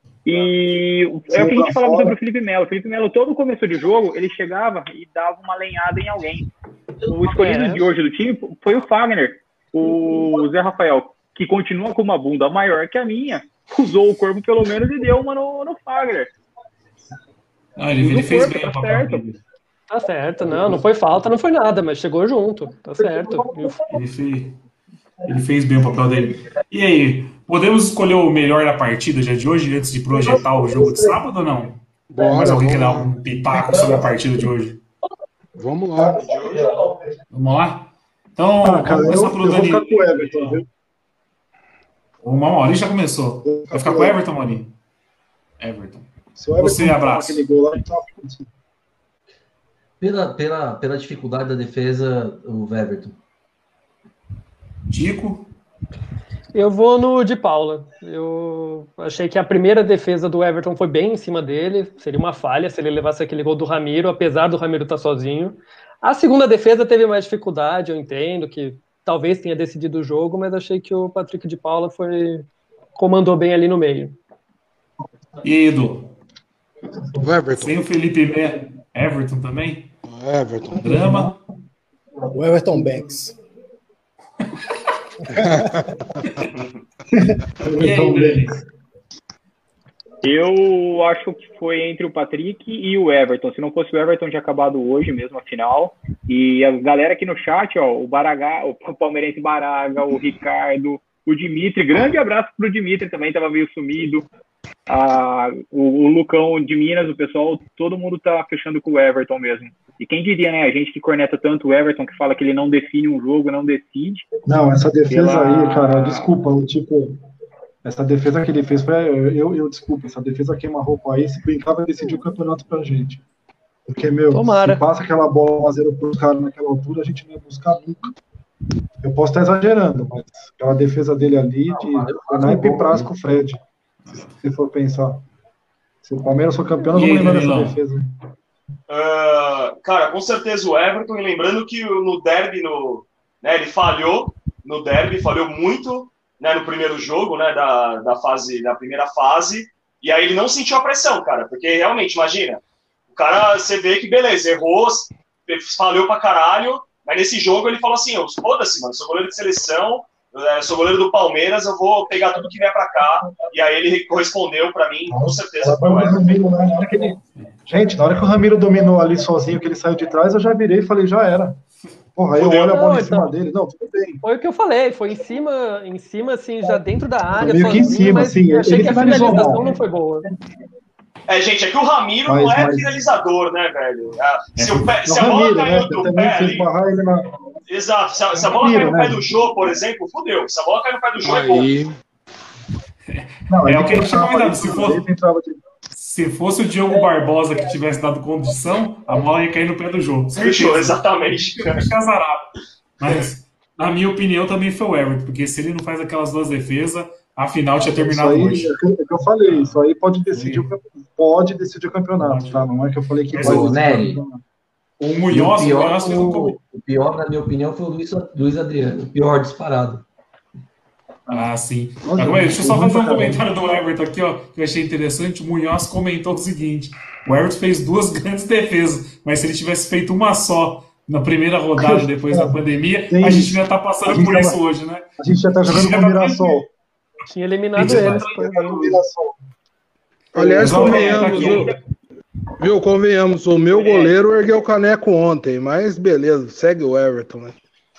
E é o que a gente falava sobre o Felipe Melo. O Felipe Melo, todo começo de jogo, ele chegava e dava uma lenhada em alguém. O escolhido É. de hoje do time foi o Fagner. O Zé Rafael, que continua com uma bunda maior que a minha, usou o corpo pelo menos e deu uma no, no Fagner. Não, ele, ele No fez corpo, bem tá o papel certo. dele. Tá certo, não, não foi falta, não foi nada, mas chegou junto, tá certo. E o- Ele fez, ele fez bem o papel dele. E aí, podemos escolher o melhor da partida já de hoje, antes de projetar o jogo de sábado ou não? Bora, Mais alguém quer vamos dar lá. um pitaco sobre a partida de hoje? Vamos lá. Vamos lá? Então, Ah, cara, vamos eu, começar eu pelo vou ficar Dani. com o Everton, viu? O Mauri já começou. Vai ficar com o Everton, Mauri? Everton. Se o Everton Você, tomar abraço. aquele gol lá, tá. Pela, pela, pela dificuldade da defesa, o Everton. Tico. Eu vou no de Paula. Eu achei que a primeira defesa do Everton foi bem em cima dele. Seria uma falha se ele levasse aquele gol do Ramiro, apesar do Ramiro estar sozinho. A segunda defesa teve mais dificuldade, eu entendo que talvez tenha decidido o jogo, mas achei que o Patrick de Paula foi comandou bem ali no meio. E aí, Edu? O Everton. Sem o Felipe Melo. Everton também? O Everton. Drama. O Everton Banks. E aí, Dani? Eu acho que foi entre o Patrick e o Everton. Se não fosse o Everton, tinha acabado hoje mesmo a final. E a galera aqui no chat, ó, o Baragá, o palmeirense Baraga, o Ricardo, o Dimitri. Grande abraço pro Dimitri também, tava meio sumido. Ah, o, o Lucão de Minas, o pessoal, todo mundo tá fechando com o Everton mesmo. E quem diria, né? A gente que corneta tanto o Everton, que fala que ele não define um jogo, não decide. Não, essa defesa Pela- aí, cara, desculpa, o tipo, essa defesa que ele fez foi, eu, eu, eu desculpa, essa defesa queima-roupa aí, se brincar vai decidir o campeonato pra gente. Porque, meu, Tomara. se passa aquela bola a zero pros caras naquela altura, a gente não ia buscar nunca. Eu posso estar exagerando, mas aquela defesa dele ali, de foi naipe e prazo com o Fred, se for pensar. Se o Palmeiras for campeão, nós E aí, vamos lembrar dessa Danilão? defesa. Ah, cara, com certeza o Everton, e lembrando que no derby, no, né, ele falhou no derby, falhou muito, né, no primeiro jogo, né, da, da, fase, da primeira fase, e aí ele não sentiu a pressão, cara, porque realmente, imagina, o cara, você vê que beleza, errou, falhou pra caralho, mas nesse jogo ele falou assim, foda-se, mano, sou goleiro de seleção, eu sou goleiro do Palmeiras, eu vou pegar tudo que vier pra cá, e aí ele correspondeu pra mim, com certeza Ela foi o vai Everton. no Ramiro, né? Na hora que ele... Gente, na hora que o Ramiro dominou ali sozinho, que ele saiu de trás, eu já virei e falei, já era. Porra, aí eu Fudeu. olho a bola Não, em cima então. dele. Não, tudo bem. Foi o que eu falei, foi em cima, em cima assim, já dentro da área, meio que em sozinho, cima, mas assim, eu achei ele que a finalizou finalização mal. não foi boa. É, gente, é que o Ramiro Mas- não é mas- finalizador, né, velho? Ah, Se, o pé- É se o a bola Ramiro, caiu né? no Que pé também se ali, esbarrar ele na... exato, se a, se a bola Ramiro, cai no né? pé do Jô, por exemplo, fudeu. Se a bola cai no pé do Jô, é gol. Aí, Não, É ele o que a gente tinha entrava comentado, de se direita, for- entrava de- Se fosse o Diogo Barbosa que tivesse dado condição, a bola ia cair no pé do jogo. Fechou, exatamente. Fica azarado. Mas na minha opinião, também foi o Everton, porque se ele não faz aquelas duas defesas, a final tinha Isso terminado aí hoje. é o que é que eu falei, isso aí pode decidir, o, campe- pode decidir o campeonato, tá? Não é que eu falei que Mas, vai ô, decidir Nery, o campeonato. O E o Munhoz, o pior, Munhoz fez um o, comentário. o pior, na minha opinião, foi o Luiz, Luiz Adriano. O pior disparado. Ah, sim. Nossa, Agora, deixa eu só eu fazer um nunca- comentário do Everton aqui, ó, que eu achei interessante. O Munhoz comentou o seguinte: o Everton fez duas grandes defesas, mas se ele tivesse feito uma só na primeira rodada depois da pandemia, Tem a gente isso. já tá A passando gente por tava- isso hoje, né? A gente já tá jogando com o Mirassol. Tinha eliminado Gente, eles. mas- por Já tá com o exemplo. Mirassol. Aliás, Mas, ó, convenhamos, tá aqui, viu? Viu, convenhamos, o meu goleiro ergueu o caneco ontem, mas beleza, segue o Everton, né?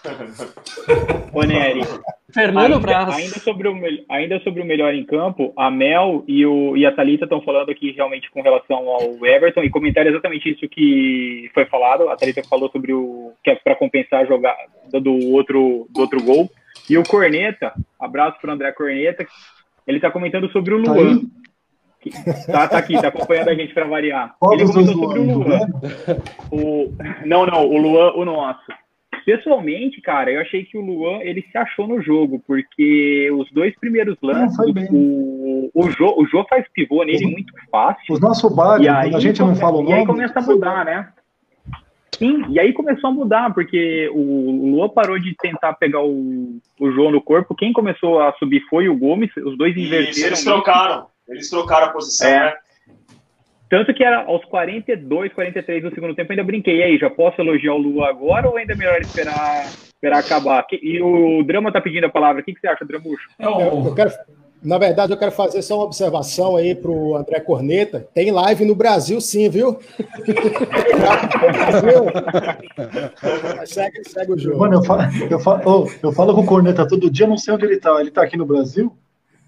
Ô, Nery, Fernando ainda, Braz. ainda, sobre o, mel- ainda sobre o melhor em campo, a Mel e, o, e a Thalita estão falando aqui realmente com relação ao Everton e comentaram exatamente isso que foi falado. A Thalita falou sobre o que é para compensar a jogada do outro, do outro gol. E o Corneta, abraço para o André Corneta, ele está comentando sobre o Tá Luan. aí? Que- Tá, tá aqui, tá acompanhando a gente para variar. Qual Ele dos dois comentou sobre o Luan? Luan. O, não, não, o Luan, o nosso. Pessoalmente, cara, eu achei que o Luan, ele se achou no jogo, porque os dois primeiros lances, foi bem. o, o, Jô, o Jô faz pivô nele muito fácil, Os nossos bagres, e aí, quando a gente não come- fala o e aí nome, começa a mudar, né? Sim, e aí começou a mudar, porque o, o Luan parou de tentar pegar o, o Jô no corpo, quem começou a subir foi o Gomes, os dois Isso, inverteram. eles trocaram. Eles trocaram a posição, É. né? Tanto que era aos quarenta e dois, quarenta e três do segundo tempo, eu ainda brinquei. E aí, já posso elogiar o Lua agora ou ainda é melhor esperar, esperar acabar? Que- E o Drama tá pedindo a palavra. O que, que você acha, Dramucho? É Eu, o, eu quero, na verdade, eu quero fazer só uma observação aí para o André Corneta. Tem live no Brasil, sim, viu? Tem live no Brasil. Mas segue, segue o jogo. Mano, eu falo, eu, falo, oh, eu falo com o Corneta todo dia, eu não sei onde ele tá. Ele tá aqui no Brasil?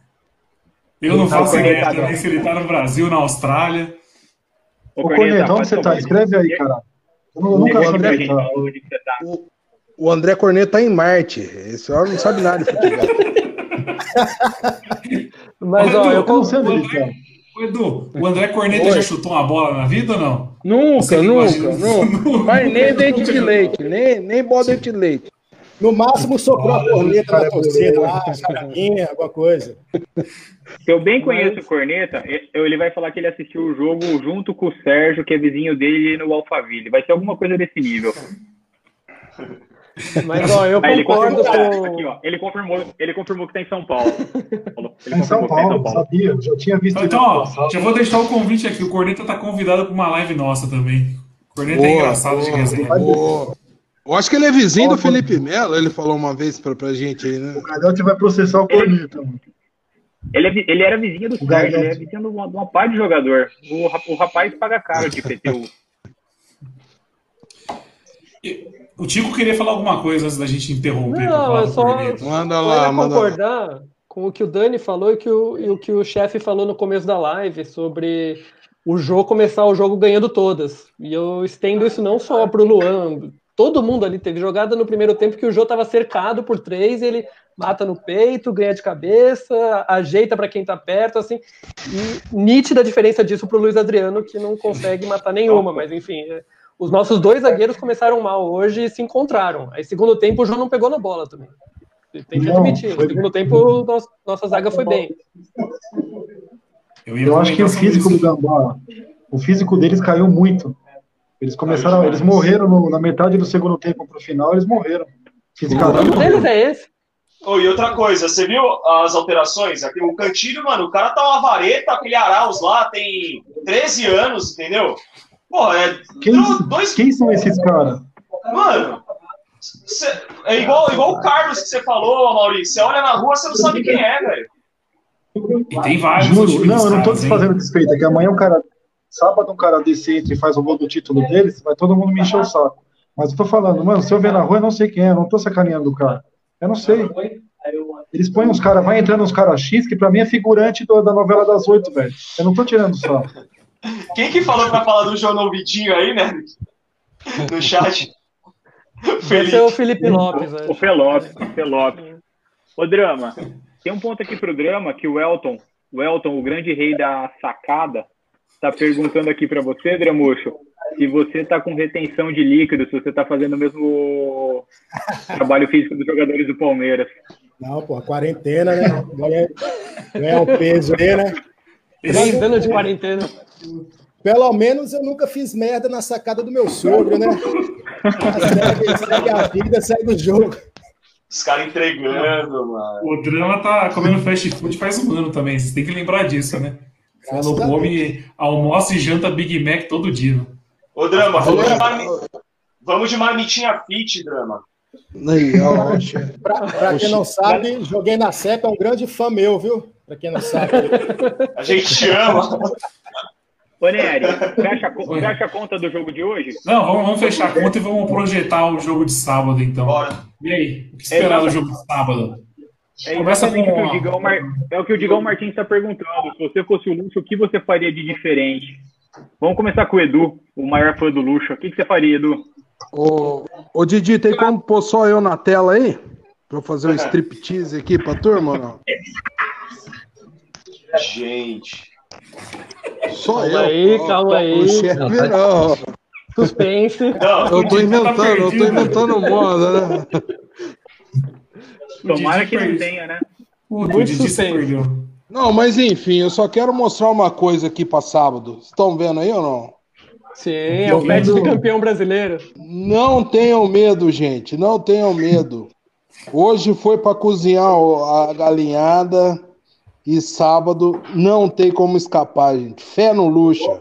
eu não faço Tá, ideia tá, também se ele tá no Brasil, na Austrália. Ô, Ô, Corneta, pode onde você tá? tomar. Escreve aí, cara. Eu, não- eu nunca Conta soube pra onde gente tá. onde você tá. O, o André Corneta tá em Marte. Esse homem não sabe nada de futebol. Mas, ó, Edu, eu, Eu não con- sei onde ele tá. Ô, Edu, o André Corneta Oi. já chutou uma bola na vida ou não? Nunca, Você que nunca, imagina- nunca. Mas nem dente de leite, nem, nem bola dente de leite. No máximo, soprou a corneta na torcida lá, charadinha, alguma coisa. Se eu bem conheço o Corneta, eu- ele vai falar que ele assistiu o jogo junto com o Sérgio, que é vizinho dele no Alphaville. Vai ser alguma coisa desse nível. mas ó, eu Aí ele concordo confirmou, com. aqui, ó, ele confirmou, ele confirmou que tá em São Paulo. Ele Em São confirmou que tá em Paulo, sabia. Eu já tinha visto Então, ele no ó, passado. já vou deixar o convite aqui. O Corneta tá convidado para uma live nossa também. O Corneta é Boa, engraçado de boa, resenha. boa. Eu acho que ele é vizinho Ó, do Felipe Melo, ele falou uma vez pra, pra gente aí, né? O Galhote vai processar o Corneta, mano. Ele, é vi- ele era vizinho do O Sérgio, Galhote. ele é vizinho de uma, de uma par de jogador. O, ra- o rapaz paga caro de I P T U. E- O Tico queria falar alguma coisa antes da gente interromper. pra Não, falar é do só, Corneta. Manda só lá, ia manda lá. concordar com o que o Dani falou e, que o, e o que o chefe falou no começo da live sobre o jogo começar o jogo ganhando todas. E eu estendo isso não só para o Luan. Todo mundo ali teve jogada no primeiro tempo que o Jô estava cercado por três, ele mata no peito, ganha de cabeça, ajeita para quem está perto, assim. E nítida a diferença disso para o Luiz Adriano, que não consegue matar nenhuma. Mas enfim, é, os nossos dois zagueiros começaram mal hoje e se encontraram. Aí segundo tempo o Jô não pegou na bola também. Tem que Não, admitir. No foi- segundo tempo nosso, nossa zaga foi bem. Eu, ia Eu acho que o comentar sobre físico do isso. Gambá, o físico deles caiu muito. Eles começaram, eles morreram no- na metade do segundo tempo pro final, eles morreram. O Fisicamente. problema deles é esse. Oh, e outra coisa, você viu as alterações? Aqui, o Cantilho, mano, o cara tá uma vareta, aquele Arauz lá, tem treze anos, entendeu? Porra, é Quem, entrou dois. quem são esses caras? Mano, cê- é igual, igual o Carlos que você falou, Maurício. Você olha na rua, você não sabe quem é, velho. E tem vários. no Juro, time não, dos eu não tô caras, hein? desfazendo despeito, é que amanhã um cara, sábado um cara desse entra e faz o gol do título deles, vai todo mundo me encher o saco. Mas eu tô falando, mano, se eu ver na rua, eu não sei quem é, eu não tô sacaneando o cara. Eu não sei. Eles põem uns caras, vai entrando uns caras X, que pra mim é figurante do- da novela das oito, velho. Eu não tô tirando só. Quem que falou pra falar do João Novidinho aí, né? No chat. Esse é o Felipe Lopes. O Acho. Felopes, o Felopes. Ô, Drama, tem um ponto aqui pro Drama que o Elton, o Elton, o grande rei da sacada, tá perguntando aqui pra você, Dramucho, se você tá com retenção de líquido, se você tá fazendo o mesmo trabalho físico dos jogadores do Palmeiras. Não, pô, quarentena, né? Ganha, ganha um peso aí, né? Três anos de quarentena. Pelo menos eu nunca fiz merda na sacada do meu sogro, né? Segue, segue a vida, segue o jogo. Os caras entregando, mano. O Drama tá comendo fast food faz um ano também. Vocês têm que lembrar disso, né? Você não come, almoça e janta Big Mac todo dia. Ô, Drama, vamos de, marmi... vamos de marmitinha fit, Drama. Aí, ó, pra, pra quem não sabe, joguei na C E P, é um grande fã meu, viu? Pra quem não sabe. A gente te ama. Ô, Nery, fecha, fecha a conta do jogo de hoje? Não, vamos, vamos fechar a conta e vamos projetar o jogo de sábado, então. Bora. E aí, o que esperar do jogo de sábado? É, Começa com... o que o Digão Mar... é o que o Digão Martins está perguntando. Se você fosse o Luxo, o que você faria de diferente? Vamos começar com o Edu, o maior fã do Luxo. O que, que você faria, Edu? Ô, ô Didi, tem como pôr só eu na tela aí? Pra eu fazer um striptease aqui pra turma ou não? Gente. Só calma eu. aí, calma aí. O chefe não. Suspense. Não, eu tô inventando, tá eu tô inventando moda, né? Tomara que não tenha, né? O Didi se perdeu. Não, mas enfim, eu só quero mostrar uma coisa aqui pra sábado. Estão vendo aí ou não? Sim, é o pet de campeão brasileiro. Não tenham medo, gente. Não tenham medo. Hoje foi pra cozinhar a galinhada e sábado não tem como escapar, gente. Fé no Luxa.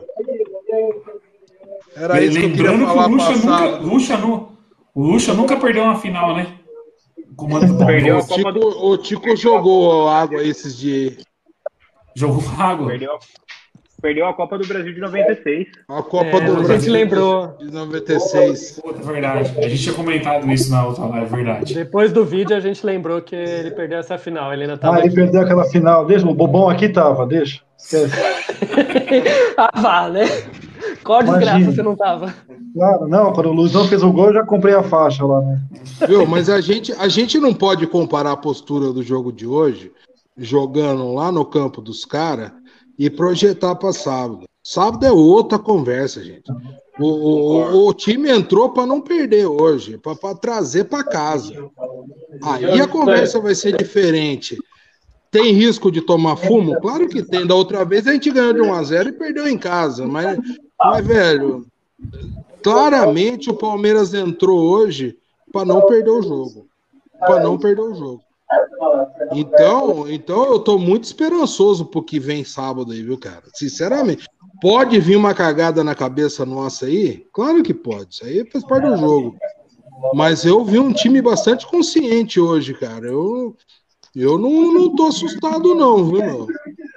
Era isso que eu queria falar que o Luxa nunca, Luxa nu, o Luxa nunca perdeu uma final, né? Perdeu o, Tico, do... o Tico jogou água esses dias. Jogou água? Perdeu, perdeu a Copa do Brasil de noventa e seis. A Copa é, do a Brasil gente lembrou. de noventa e seis. Puta, verdade. A gente tinha comentado isso na outra live, verdade. Depois do vídeo a gente lembrou que ele perdeu essa final. Ele ainda tava ah, ele aqui. perdeu aquela final. Deixa, o Bobão aqui tava, deixa. Esquece. ah, vá, né? Qual desgraça você não tava? Claro, não, quando o Luizão fez o gol, eu já comprei a faixa lá, né? Viu, mas a gente, a gente não pode comparar a postura do jogo de hoje, jogando lá no campo dos caras, e projetar para sábado. Sábado é outra conversa, gente. O, o, o time entrou para não perder hoje, para trazer para casa. Aí a conversa vai ser diferente. Tem risco de tomar fumo? Claro que tem. Da outra vez a gente ganhou de um a zero e perdeu em casa. Mas, mas velho, claramente o Palmeiras entrou hoje para não perder o jogo. Para não perder o jogo. Então, então eu tô muito esperançoso pro que vem sábado aí, viu, cara? Sinceramente. Pode vir uma cagada na cabeça nossa aí? Claro que pode. Isso aí faz parte do jogo. Mas eu vi um time bastante consciente hoje, cara. Eu... Eu não, não tô assustado, não, viu, meu?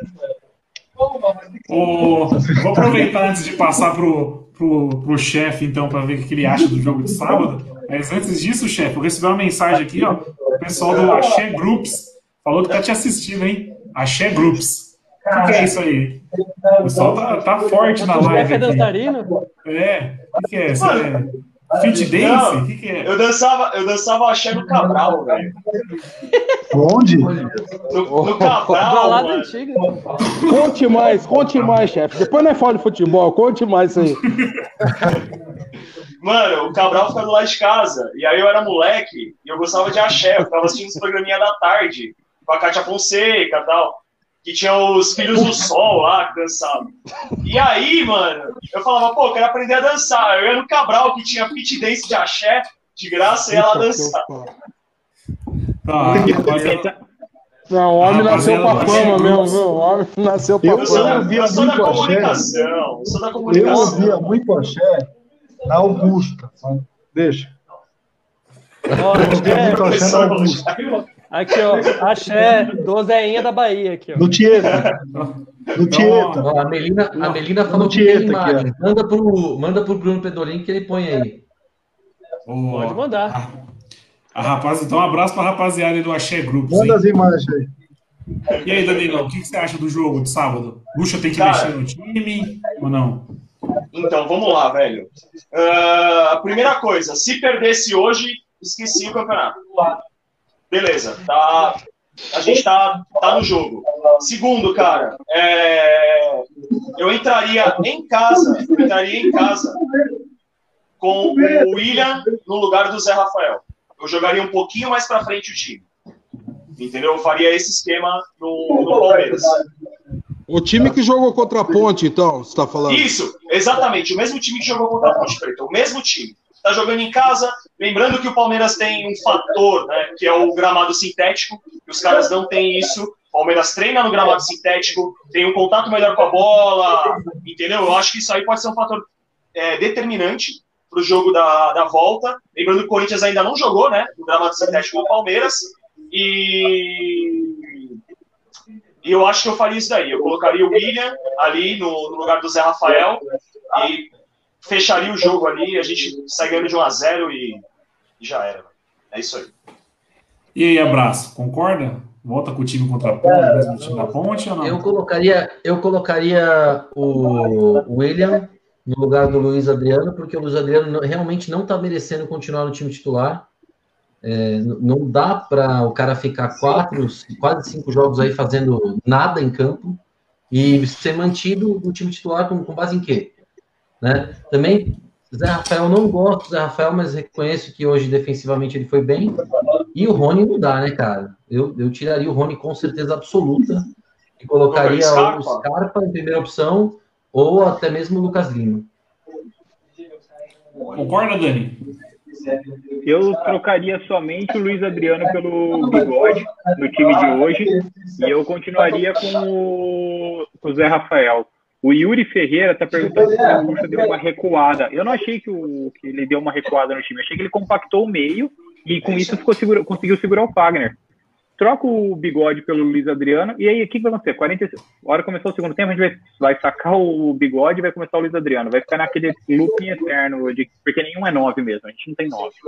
Oh, vou aproveitar antes de passar pro, pro, pro chefe, então, para ver o que ele acha do jogo de sábado. Mas antes disso, chefe, eu recebi uma mensagem aqui, ó. O pessoal do Axé Groups falou que tá te assistindo, hein? Axé Groups. O que, que é isso aí? O pessoal tá, tá forte na live. O chefe é dançarino? É, o que, que é? Isso é fit dance? O que, que é? Eu dançava, eu dançava Axé no Cabral, velho. Onde? No, no Cabral, mano. Antiga. Conte mais, conte mais, chefe. Depois não é fala de futebol, conte mais isso aí. Mano, o Cabral fica do lado de casa. E aí eu era moleque e eu gostava de axé. Eu ficava assistindo os programinha da tarde com a Cátia Fonseca e tal. Que tinha os Filhos do Sol lá que dançavam. E aí, mano, eu falava, pô, eu quero aprender a dançar. Eu ia no Cabral que tinha fit dance de axé, de graça, e ia lá dançar. Ah, não, o homem nasceu pra fama mesmo, viu? O homem nasceu pra eu sou fama. da, eu sou da comunicação. Eu sou da comunicação. Eu ouvia muito axé na Augusta. Deixa. Ó, muito axé na Augusta. Aqui, ó, axé do Zéinha da Bahia, aqui, ó. No Tieta. No Tieta. Ó, a Melina, a Melina falou que tem imagem. Manda pro, manda pro Bruno Pedolin que ele põe aí. Oh, Pode mandar. A, a rapaz, então, um abraço pra rapaziada do Axé Groups. Manda hein? as imagens aí. E aí, Danilo, o que, que você acha do jogo de sábado? Lucha tem que Cara, mexer no time ou não? Então, vamos lá, velho. Uh, a primeira coisa, se perdesse hoje, esqueci o campeonato. Beleza, tá, a gente tá, tá no jogo. Segundo, cara, é, eu entraria em casa, eu entraria em casa com o William no lugar do Zé Rafael. Eu jogaria um pouquinho mais para frente o time. Entendeu? Eu faria esse esquema no, no Palmeiras. O time que jogou contra a Ponte, então, você está falando? Isso, exatamente. O mesmo time que jogou contra a Ponte Preta. O mesmo time. Está jogando em casa. Lembrando que o Palmeiras tem um fator, né, que é o gramado sintético. E os caras não têm isso. O Palmeiras treina no gramado sintético, tem um contato melhor com a bola. Entendeu? Eu acho que isso aí pode ser um fator é, determinante para o jogo da, da volta. Lembrando que o Corinthians ainda não jogou, né, no gramado sintético do Palmeiras. E... e eu acho que eu faria isso daí. Eu colocaria o William ali no, no lugar do Zé Rafael e fecharia o jogo ali. A gente sai ganhando de um a zero e, e já era. É isso aí. E aí, Abraço, concorda? Volta com o time contra a Ponte, mesmo time da Ponte ou não? Eu colocaria, eu colocaria o William no lugar do Luiz Adriano, porque o Luiz Adriano realmente não está merecendo continuar no time titular. É, não dá para o cara ficar quatro, quase cinco jogos aí fazendo nada em campo e ser mantido no time titular com, com base em quê? Né? Também, Zé Rafael, não gosto do Zé Rafael, mas reconheço que hoje defensivamente ele foi bem. E o Rony não dá, né, cara? Eu, eu tiraria o Rony com certeza absoluta e colocaria o Scarpa em primeira opção ou até mesmo o Lucas Lima. Concorda, Dani? Eu trocaria somente o Luiz Adriano pelo Bigode no time de hoje e eu continuaria com o, com o Zé Rafael. O Yuri Ferreira está perguntando se o Gaúcho deu uma recuada. Eu não achei que, o, que ele deu uma recuada no time. Eu achei que ele compactou o meio e com isso ficou segura, conseguiu segurar o Fagner. Troca o Bigode pelo Luiz Adriano e aí o que vai acontecer? quarenta, a hora que começou o segundo tempo, a gente vai, vai sacar o Bigode e vai começar o Luiz Adriano. Vai ficar naquele looping eterno, de, porque nenhum é nove mesmo. A gente não tem nove.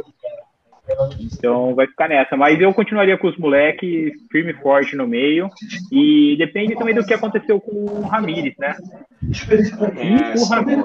Então vai ficar nessa. Mas eu continuaria com os moleques firme e forte no meio. E depende também do que aconteceu com o Ramires, né? E o Ramires,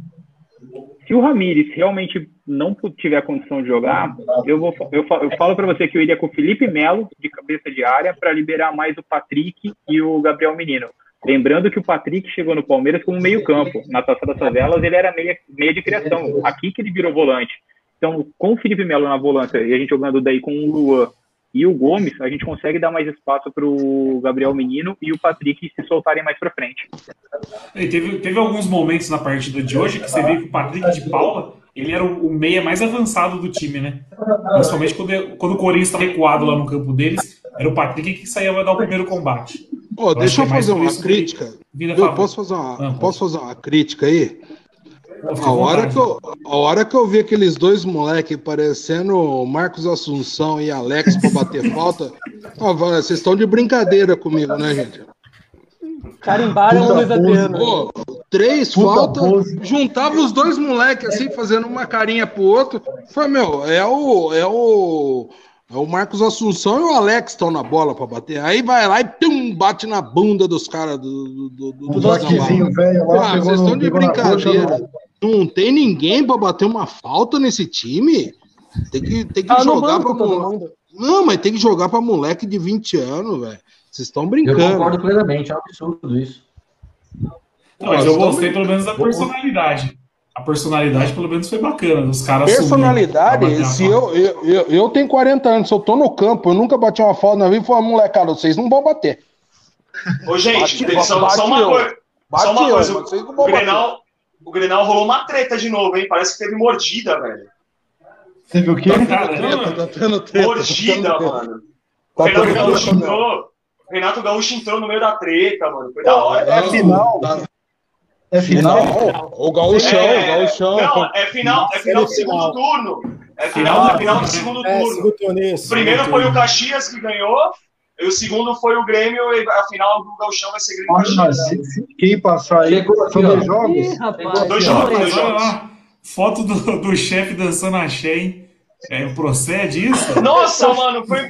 se o Ramires realmente não tiver condição de jogar, eu, vou, eu, eu falo para você que eu iria com o Felipe Melo de cabeça de área para liberar mais o Patrick e o Gabriel Menino. Lembrando que o Patrick chegou no Palmeiras como meio campo. Na Taça das Favelas ele era meia, meia de criação. Aqui que ele virou volante. Então, com o Felipe Melo na volância e a gente jogando daí com o Luan e o Gomes, a gente consegue dar mais espaço para o Gabriel Menino e o Patrick se soltarem mais para frente. E teve, teve alguns momentos na partida de hoje que você viu que o Patrick de Paula, ele era o, o meia mais avançado do time, né? Principalmente quando, quando o Corinthians estava recuado lá no campo deles, era o Patrick que saía para dar o primeiro combate. Oh, deixa eu fazer uma crítica. Eu posso fazer uma, Não, posso fazer uma crítica aí? A hora, que eu, a hora que eu vi aqueles dois moleques parecendo Marcos Assunção e Alex para bater falta, ó, vocês estão de brincadeira comigo, né, gente? Carimbaram o Luiz Adriano. Três faltas, juntava os dois moleques assim, fazendo uma carinha pro outro. Foi, meu, é o. É o É o Marcos Assunção e o Alex estão na bola para bater. Aí vai lá e tum, bate na bunda dos caras do, do, do, do, do velho lá. Ah, vocês estão de brincadeira. Não tem ninguém para bater uma falta nesse time? Tem que, tem que ah, jogar para moleque. Não, mas tem que jogar para moleque de vinte anos, velho. Vocês estão brincando. Eu concordo plenamente, é um absurdo isso. Não, mas eu gostei pelo menos da personalidade. A personalidade, pelo menos, foi bacana. Os caras personalidade, se eu, eu, eu, eu tenho quarenta anos, se eu tô no campo, eu nunca bati uma falta na vida e falei, molecada, vocês não vão bater. Ô, gente, bate, só, bate só uma eu. coisa. Bate só uma eu, coisa. O, o, Grenal, o Grenal rolou uma treta de novo, hein? Parece que teve mordida, velho. Você viu o quê? Tá tendo treta, mordida, tá mano. O Renato Gaúcho entrou. O Renato Gaúcho entrou no meio da treta, mano. Foi da hora. É final. Tá. É final? final? O Gauchão, é, o Gauchão. Não, é final, é final do segundo turno. É final, ah, é final do segundo é, turno. O primeiro foi o Caxias que ganhou, e o segundo foi o Grêmio, e a final do Gauchão vai ser Grêmio e Caxias. Quem passar aí são dois jogos? Ih, rapaz, dois jogos, dois jogos. Foto do, do chefe dançando axé, hein? É, procede isso? Nossa, mano, foi...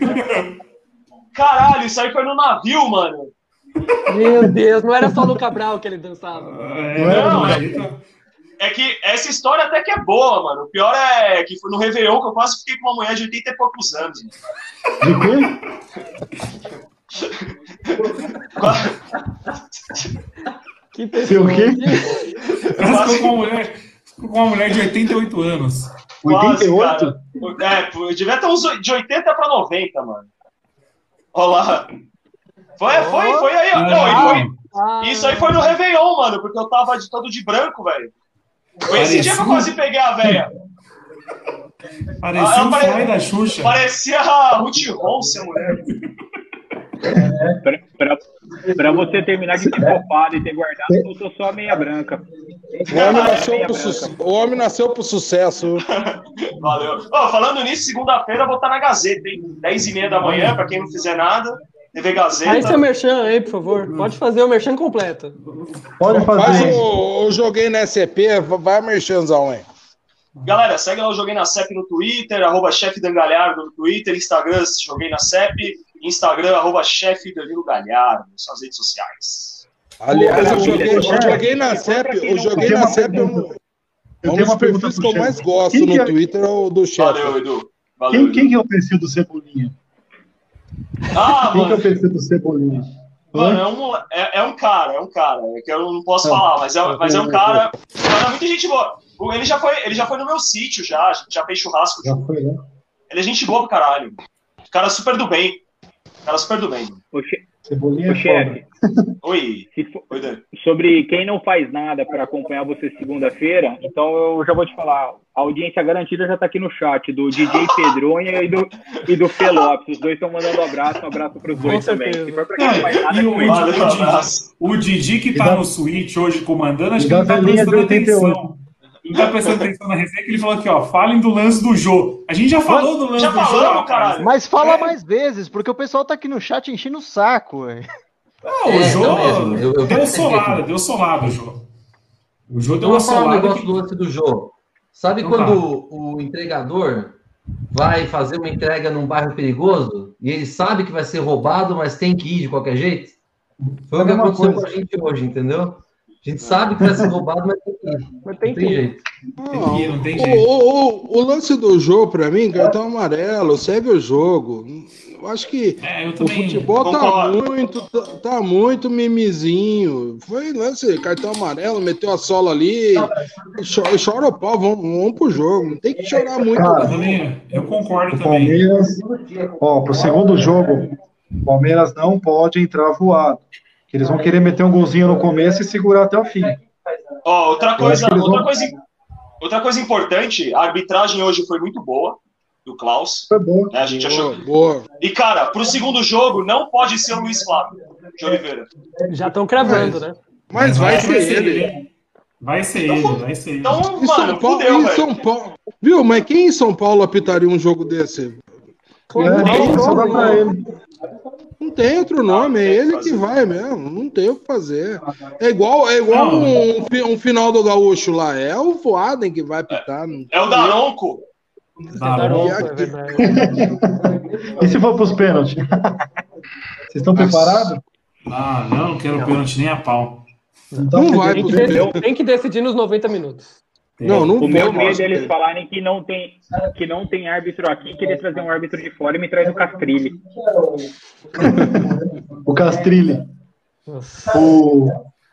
Caralho, isso aí foi no navio, mano. Meu Deus, não era só no Cabral que ele dançava. É, não, é, é que essa história até que é boa, mano. O pior é que foi no Réveillon que eu quase fiquei com uma mulher de oitenta e poucos anos. De quê? Que Sei o quê? Ficou com uma mulher, ficou com uma mulher de oitenta e oito anos. Quase, oitenta e oito? cara. É, pô, eu devia ter uns de oitenta pra noventa, mano. Olha lá. Foi, foi, foi aí. ó. Não, e foi, Ah, isso aí foi no Réveillon, mano, porque eu tava de todo de branco, velho. Foi esse dia que eu quase peguei a velha. Parecia Ela o pare- Floyd da Xuxa. Parecia a Ruth Ronce, a mulher. Pra, pra, pra você terminar de ter copado e ter guardado, faltou só a meia branca. O homem nasceu pro, su- o homem nasceu pro sucesso. Valeu. Ó, falando nisso, segunda-feira eu vou estar na Gazeta, hein? dez e meia da manhã, pra quem não fizer nada. T V Gazeta. Aí seu merchan aí, por favor. Pode fazer o merchan completo. Pode Faz fazer isso. o, o joguei na S C P, vai merchanzão, hein? Galera, segue lá o Joguei na C E P no Twitter, arroba chefe Dan Galhardo no Twitter, Instagram Joguei na C E P, Instagram arroba chefe Danilo Galhardo, suas redes sociais. Aliás, eu Pô, joguei, cara, eu joguei na C E P, eu joguei na C E P, eu- Eu um tenho dos uma pergunta perfis pro que eu chefe. mais gosto Quem que no é- Twitter é o do chefe. Valeu, Edu. Valeu, Quem, Edu. quem que é o perfil do Cebolinha? Ah, Quem que é o mano, perfil do Cebolinha? mano é, um, é, é um cara, é um cara, é que eu não posso falar, mas é, mas é um cara, mas é muita gente boa. Ele já foi, ele já foi no meu sítio, já, a gente já fez churrasco. Já foi, né? Ele é gente boa pro caralho. Cara super do bem. Cara super do bem. Ô, che- Cebolinha ô, é chefe, foda. Oi. se for- Oi, Dan. sobre quem não faz nada para acompanhar você segunda-feira, então eu já vou te falar. A audiência garantida já tá aqui no chat, do D J Pedronha e do, e do Fê Lopes. Os dois estão mandando um abraço, um abraço pros dois Com também. certeza. Se for pra quem não faz nada, E o, com o, isso. Valeu, um Didi, abraço. o Didi que E tá da- no Switch hoje comandando, acho e que da ele não tá velhinha de prestando oitenta e oito. atenção. Não tá prestando atenção na resenha, que ele falou aqui, ó, falem do lance do Jô. A gente já falou do lance Já do Jô, falamos, rapaz. caralho. Mas fala É. mais vezes, porque o pessoal tá aqui no chat enchendo o saco, ué. Não, o É, Jô não mesmo. Eu- eu deu vou solada, entender. deu solada o Jô. O Jô deu Eu uma vou falar um solada negócio que... do lance do jogo. Sabe Então quando tá. o entregador vai fazer uma entrega num bairro perigoso e ele sabe que vai ser roubado, mas tem que ir de qualquer jeito? Foi É o que a mesma aconteceu coisa. com a gente hoje, entendeu? A gente sabe que vai ser roubado, mas tem que ir. Mas tem Não que tem ir. jeito. Tem que ir, não tem o, jeito. o, o, o lance do jogo, pra mim, cartão amarelo, segue o jogo. Eu acho que É, eu o também... futebol tá concordo. muito, tá, tá muito mimizinho. Foi lance, cartão amarelo, meteu a sola ali, cho- chora o pau, vamos, vamos pro jogo. Não tem que chorar muito, Cara, Eu não. também, eu concordo O também. Palmeiras, ó, pro segundo jogo, o Palmeiras não pode entrar voado. Que eles vão querer meter um golzinho no começo e segurar até o fim. Ó, outra acho coisa, que eles outra vão- coisa, outra coisa importante, a arbitragem hoje foi muito boa, do Klaus. Foi bom. Né? A gente achou. Boa, boa. E, cara, pro segundo jogo não pode ser o Luiz Flávio de Oliveira. Já estão cravando, né? Mas vai ser ele. ele. Vai ser ele, vai ser ele. Então, Em São mano, Paulo, fudeu, em velho. São Paulo. Viu, mas quem em São Paulo apitaria um jogo desse? É, só dá pra ele. Não tem outro nome, é tem o que ele fazer. que vai mesmo, não tem o que fazer. É igual, é igual Não. um, fi- um final do Gaúcho lá, é o Voaden que vai apitar. não- É o Daronco. Tá Daronco, bom. é verdade. E se for pros pênaltis? Vocês estão preparados? Ah, não, não quero pênalti nem a pau. Então, Não vai Tem que, pros decidir, pênaltis. tem que decidir nos noventa minutos. Não, não O meu pode. medo é eles falarem que não tem, que não tem árbitro aqui, querer trazer um árbitro de fora e me traz o Castrilli. o Castrilli. Nossa. O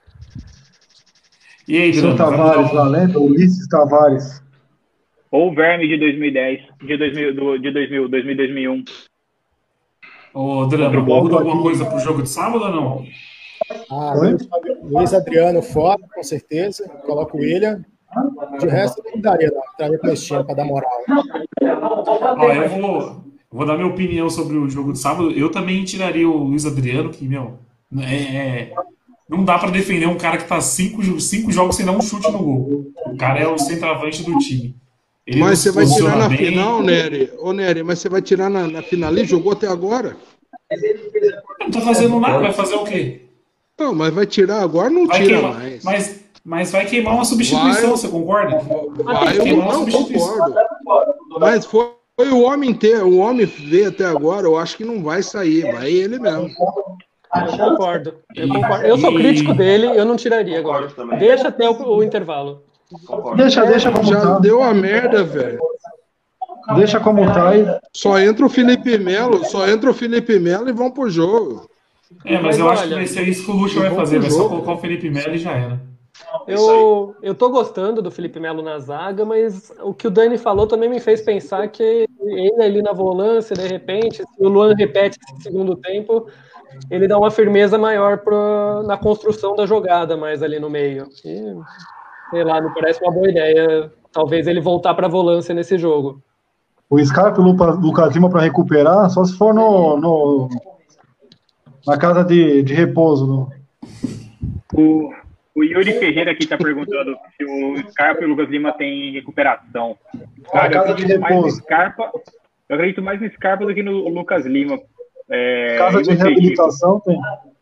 E aí, seu Bruno? vamos Tavares dar um- lá, lembra? O Ulisses Tavares. Ou o Verme de dois mil e dez, de dois mil, do, de dois mil, dois mil, dois mil e um. Ô, Drama, Contra o Boca muda alguma aqui. coisa pro jogo de sábado ou não? Ah, Oi? Luiz, Luiz Adriano fora, com certeza. Coloca o William. De resto, eu não daria, não. Traria para esse time para dar moral. Ó, eu vou, eu vou dar minha opinião sobre o jogo de sábado. Eu também tiraria o Luiz Adriano, que, meu, é, é- não dá pra defender um cara que tá cinco, jo- cinco jogos sem dar um chute no gol. O cara é o centroavante do time. Ele Mas não você se vai tirar posiciona na bem. final, Nery? Ô, Nery, mas você vai tirar na, na final ali? Jogou até agora? Não tá fazendo nada, vai fazer o quê? Não, mas vai tirar agora, não Vai tira queimar, mais. mas, mas vai queimar uma substituição, Vai. você concorda? Vai, eu queimar uma não substituição. concordo. Mas foi, foi o homem inteiro, o homem veio até agora, eu acho que não vai sair, vai ele mesmo. Eu concordo. Eu, concordo. Eu sou E- crítico dele, eu não tiraria agora. Concordo também. Deixa até o, o intervalo. Concordo. Deixa, deixa como Já tá. deu a merda, velho. Deixa como tá e Só entra o Felipe Melo, só entra o Felipe Melo e vão pro jogo. É, mas, Mas eu acho olha, que vai ser isso que o Lucha vai bom fazer, pro vai só jogo. colocar o Felipe Melo e já era. Isso aí. Eu, eu tô gostando do Felipe Melo na zaga, mas o que o Dani falou também me fez pensar que ele ali na volância, de repente, se o Luan repete esse segundo tempo, ele dá uma firmeza maior pra, na construção da jogada mais ali no meio. E, sei lá, me parece uma boa ideia, talvez ele voltar pra volância nesse jogo. O Scarpa e o Lupa- Lucas Lima para recuperar, só se for no, no- na casa de, de repouso. No... O, o Yuri Ferreira aqui tá perguntando se o Scarpa e o Lucas Lima têm recuperação. Cara, eu casa de acredito mais no repouso. Scarpa, eu acredito mais no Scarpa do que no Lucas Lima. É, Casa e de você, Chico? reabilitação tem.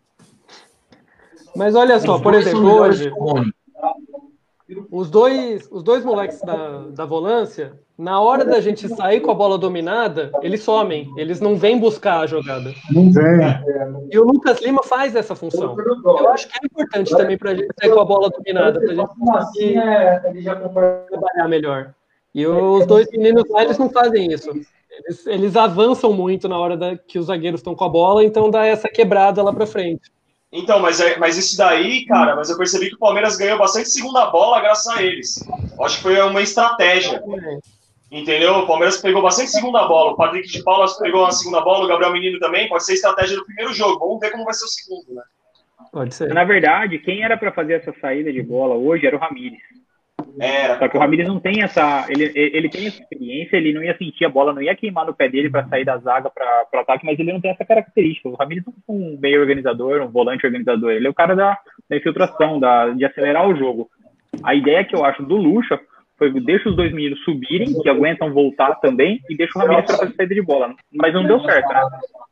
Mas olha só, Os por dois são exemplo, melhores hoje, que o Rony. os dois, os dois moleques da, da volância, na hora da gente sair com a bola dominada, eles somem, eles não vêm buscar a jogada. Não vem. E o Lucas Lima faz essa função. Eu acho que é importante também para a gente sair com a bola dominada, para a gente conseguir trabalhar melhor. E os dois meninos lá, eles não fazem isso. Eles, eles avançam muito na hora da, que os zagueiros estão com a bola, então dá essa quebrada lá para frente. Então, mas, é, mas isso daí, cara, mas eu percebi que o Palmeiras ganhou bastante segunda bola graças a eles. Acho que foi uma estratégia. Entendeu? O Palmeiras pegou bastante segunda bola. O Patrick de Paula pegou uma segunda bola, o Gabriel Menino também. Pode ser estratégia do primeiro jogo. Vamos ver como vai ser o segundo, né? Pode ser. Na verdade, quem era para fazer essa saída de bola hoje era o Ramires. Era. Só que o Ramires não tem essa. Ele, ele tem essa experiência, ele não ia sentir a bola, não ia queimar no pé dele para sair da zaga para o ataque, mas ele não tem essa característica. O Ramires não é um meio organizador, um volante organizador. Ele é o cara da, da infiltração, da, de acelerar o jogo. A ideia que eu acho do Lucha foi deixa os dois meninos subirem, que aguentam voltar também, e deixa o Ramires para fazer saída de bola. Mas não deu certo, né?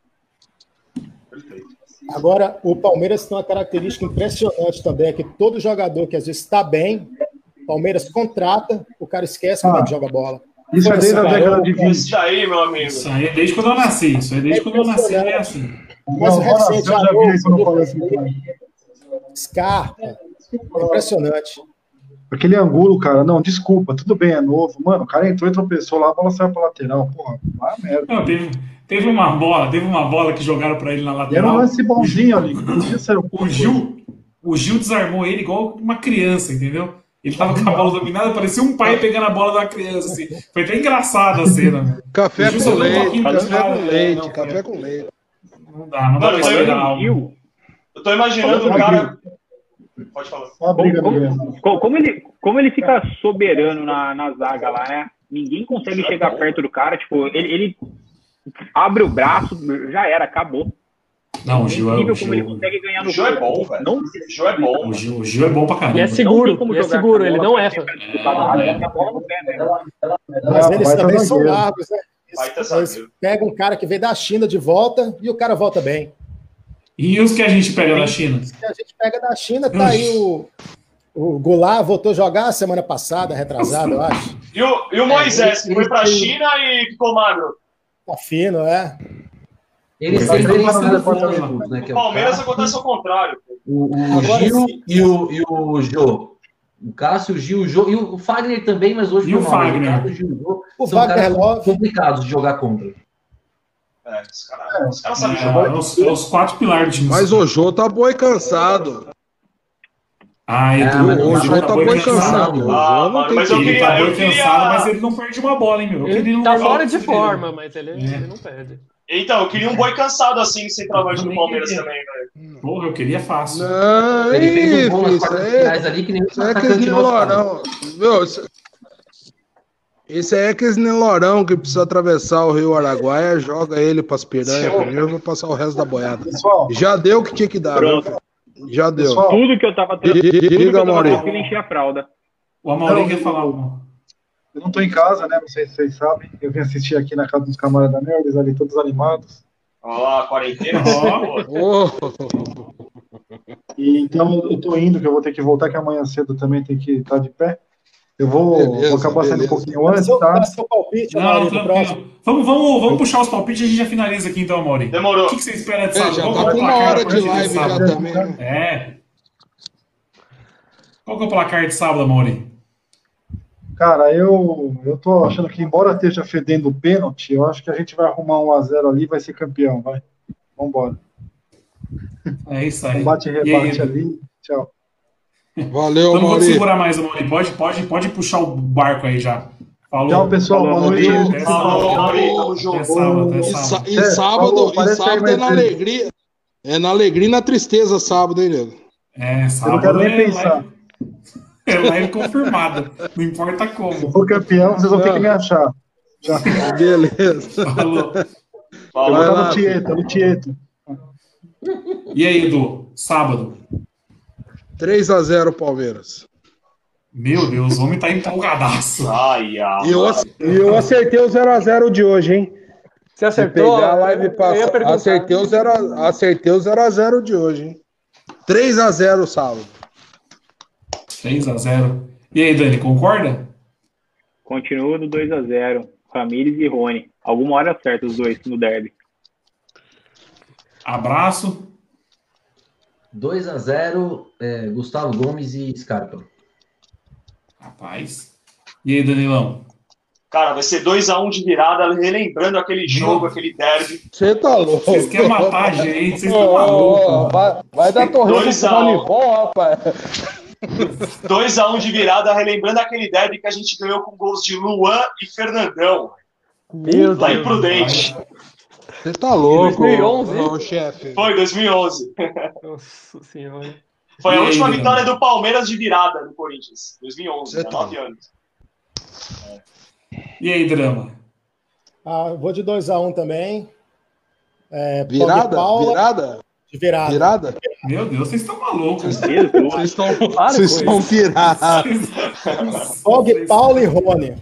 Agora, o Palmeiras tem uma característica impressionante também, é que todo jogador que às vezes está bem, o Palmeiras contrata, o cara esquece como é que joga bola. Isso é desde a Foi década de vinte. Isso daí, meu amigo. Isso aí é desde quando eu nasci. Isso aí é desde quando eu nasci, é assim. Mas o Não, recente, eu já Arão, vi isso no Palmeiras. Scarpa, é impressionante. Aquele Angulo, cara, não, desculpa, tudo bem, é novo. Mano, o cara entrou e tropeçou lá, a bola saiu pra lateral. Porra, vai a merda. Não, teve, teve uma bola, teve uma bola que jogaram pra ele na E era um lateral. lance bonzinho ali. Podia ser o O Gil, o Gil desarmou ele igual uma criança, entendeu? Ele tava com a bola dominada, parecia um pai pegando a bola da criança, assim. Foi até engraçado a cena, né? Café O Gil com só deu um leite, toquinho café pro cara, com né? leite, Não, café com leite. Não dá, não dá Mano, pra mas esperar. O Gil, Eu tô imaginando o cara. Pode falar. uma briga como, mesmo. como, como ele, como ele fica soberano na, na zaga lá, né? Ninguém consegue chegar perto do cara, tipo, ele, ele abre o braço, já era, acabou. Não, o É Gil é, incrível o como ele Gil, consegue ganhar O no Gil é jogo. bom, velho. Não, O Gil é bom, o velho. Gil, o Gil é bom pra E caramba. é seguro, como e é jogar seguro, essa ele bola não pra erra. a bola no pé, né? Mas Ah, eles vai tá também são zagueiro. largos, né? Vai tá Eles, zagueiro. eles pegam um cara que veio da China de volta e o cara volta bem. E os que a gente pega da China? Se a gente pega da China, tá aí o, o Goulart, voltou a jogar semana passada, retrasada, eu acho. E o, e o Moisés, que foi pra China e ficou magro. Tá fino, é. Eles Foi têm pra três fora do substitutos, né? Que O é o Palmeiras Cássio, acontece ao contrário. o, o Agora Gil sim. e o, e o Jô. O Cássio, o Gil, o Jô e o Fagner também, mas hoje E foi o mal. mas Fagner? Cássio, o Gil, o Jô O são Wagner caras Love. complicados de jogar contra. É, os caras os caras sabem É, jogar. é os, é os quatro pilares do time. Mas o Jô tá boi cansado. Ah, ele É, tá mas não bom, dá o Jô pra tá tá boi boi cansado. cansado. O Ah, Jô não mano, tem mas eu que- Ele queria- tá boi eu queria- cansado, mas ele não perde uma bola, hein, meu? Eu queria Ele um tá negócio fora de desse forma, mas ele, É. ele não perde. Então, eu queria um boi cansado assim, sem travante do Também Palmeiras queria. também, velho. Porra, eu queria fácil. Não, Ele fez um gol nas isso quartas é, finais ali que nem isso um é atacante aquele nosso faz. Nelorão. Viu? Isso- Esse aí é aquele Nelorão que precisa atravessar o Rio Araguaia, joga ele pras piranhas primeiro, vou passar o resto da boiada. Pessoal, Já deu o que tinha que dar, viu? Pronto. Já deu. pessoal, Tudo que eu tava tudo que Diga, eu tava Mauri. tranquilo, encher a fralda. O Amaury Não, quer eu- falar algo. eu não tô em casa, né? Não sei se vocês sabem. Eu vim assistir aqui na casa dos camaradas meus, eles ali todos animados. Olha lá, a quarentena. Ó, Ô, E então eu tô indo, que eu vou ter que voltar, que amanhã cedo também tem que estar de pé. Eu vou, Beleza, vou acabar saindo um beleza. pouquinho Dá antes, seu, tá? dá seu palpite, não, Mauri, pro próximo. tranquilo. Vamos, vamos, vamos puxar os palpites e a gente já finaliza aqui então, Amaury. Demorou. O que, que você espera de é, sábado? já Qual tá que é o com uma placar hora a partir de live já sábado? também, né? É. Qual que é o placar de sábado, Amaury? Cara, eu, eu tô achando que, embora esteja fedendo o pênalti, eu acho que a gente vai arrumar um a zero ali e vai ser campeão, vai. Vambora. É isso aí. Um bate-rebate ali. Tchau. Valeu, Então não vou Mauri. segurar mais, Mauri. Pode, pode, pode puxar o barco aí já. Falou. Tchau, pessoal. Falou, Boa noite. Até Falou, sábado. Mauri, tamo junto. Até sábado, até E, sábado. sa- e É, sábado, falou, e parece sábado aí é mais na vezes. alegria. É na alegria e na tristeza, sábado, hein, nego? É, Eu não sábado quero nem é pensar. live, é live confirmada. Não importa Se como. for campeão, vocês vão ter que me achar. Já. Beleza. Falou. Eu Falou. vou Vai estar lá. no Tieto, no Tieto. E aí, Edu? Sábado. três a zero Palmeiras. Meu Deus, o homem tá empolgadaço. Ai, ai. E eu, E eu acertei o zero a zero de hoje, hein? Você Se acertou? pegar a live Eu ia passada, perguntar. acertei o zero a- acertei o zero a zero de hoje, hein? três a zero sábado. três a zero. E aí, Dani, concorda? Continua no dois a zero. Ramires e Rony. Alguma hora acerta os dois no derby. Abraço. dois a zero, é, Gustavo Gomes e Scarpa. Rapaz. E aí, Danilão? Cara, vai ser dois a um de virada, relembrando aquele jogo, Meu. aquele derby. Você tá louco. Vocês querem matar a gente, vocês Ô, estão ô, malucos. ô, vai, vai dar torreta Dois pro a um. Ronivon, rapaz. dois a um de virada, relembrando aquele derby que a gente ganhou com gols de Luan e Fernandão. Meu Lá em Deus. Prudente. Você tá louco, dois mil e onze, ô, ô, chefe. Foi dois mil e onze. Nossa senhora. Foi E a aí, última Leandro? vitória do Palmeiras de virada no Corinthians. dois mil e onze, Você há tá nove anos. E aí, Drama? Ah, eu vou de dois a um também. É, Pog Virada? Paula, Virada? de virada. Virada? Meu Deus, vocês estão malucos. Vocês estão Para vocês com estão isso. virados. Pog, Paula e Rony.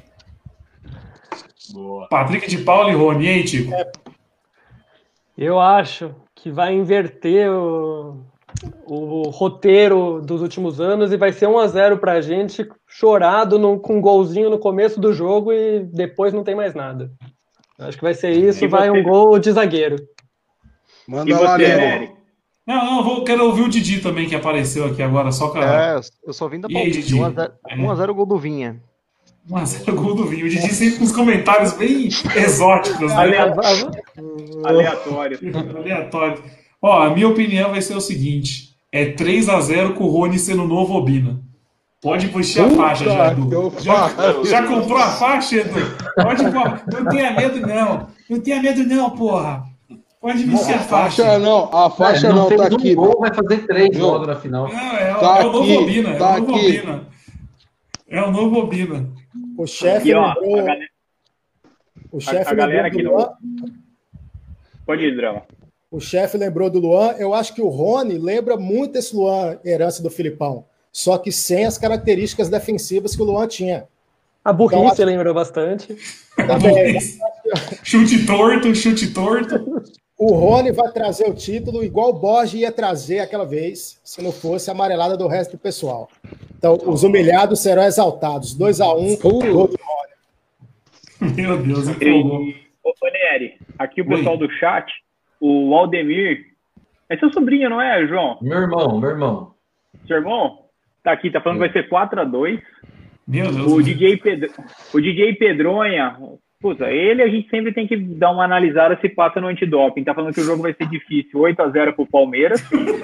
Boa. Patrick de Paula e Rony, e aí, Tico? Eu acho que vai inverter o, o roteiro dos últimos anos e vai ser um a zero pra gente, chorado no, com um golzinho no começo do jogo e depois não tem mais nada. Acho que vai ser isso, E vai você? um gol de zagueiro. E Manda lá, você, nego. Nery? Não, não, eu vou, quero ouvir o Didi também, que apareceu aqui agora, só com a É, eu só vim da E aí, palpite. Didi? um a zero gol do Vinha. um a zero gol do Vinho. O Didi sempre com os comentários bem exóticos, né? Aleatório. Aleatório. Aleatório. Ó, a minha opinião vai ser o seguinte: é três a zero com o Rony sendo o novo Obina. Pode puxar a faixa já, que Edu. eu Já, falo. já comprou a faixa, Edu? Pode pôr. Não tenha medo, não. Não tenha medo, não, porra. Pode vestir a faixa. Faixa não, a faixa É, não, fez tá um aqui. gol, vai fazer três Viu? logo na final. Não, é, o- Tá é o novo aqui, Obina. É tá o novo aqui. Obina. É o novo Obina. O chefe E ó, a lembrou. galera, O chefe a galera lembrou aqui do no- Luan. pode ir, Drama. O chefe lembrou do Luan. Eu acho que o Rony lembra muito esse Luan, herança do Filipão. Só que sem as características defensivas que o Luan tinha. A burrice Então, acho- lembra bastante. Também, Chute torto, chute torto. o Rony vai trazer o título igual o Borges ia trazer aquela vez, se não fosse a amarelada do resto do pessoal. Então, os humilhados serão exaltados. dois a um, gol do Rony. Meu Deus, empolgou. E, ô, ô, Nery, aqui o Oi. pessoal do chat, o Aldemir. É seu sobrinho, não é, João? Meu irmão, meu irmão. Seu irmão? Tá aqui, tá falando que vai ser quatro a dois. Meu Deus. O D J, Pedro, o D J Pedronha, puta, ele a gente sempre tem que dar uma analisada se passa no antidoping. Tá falando que o jogo vai ser difícil, oito a zero pro Palmeiras.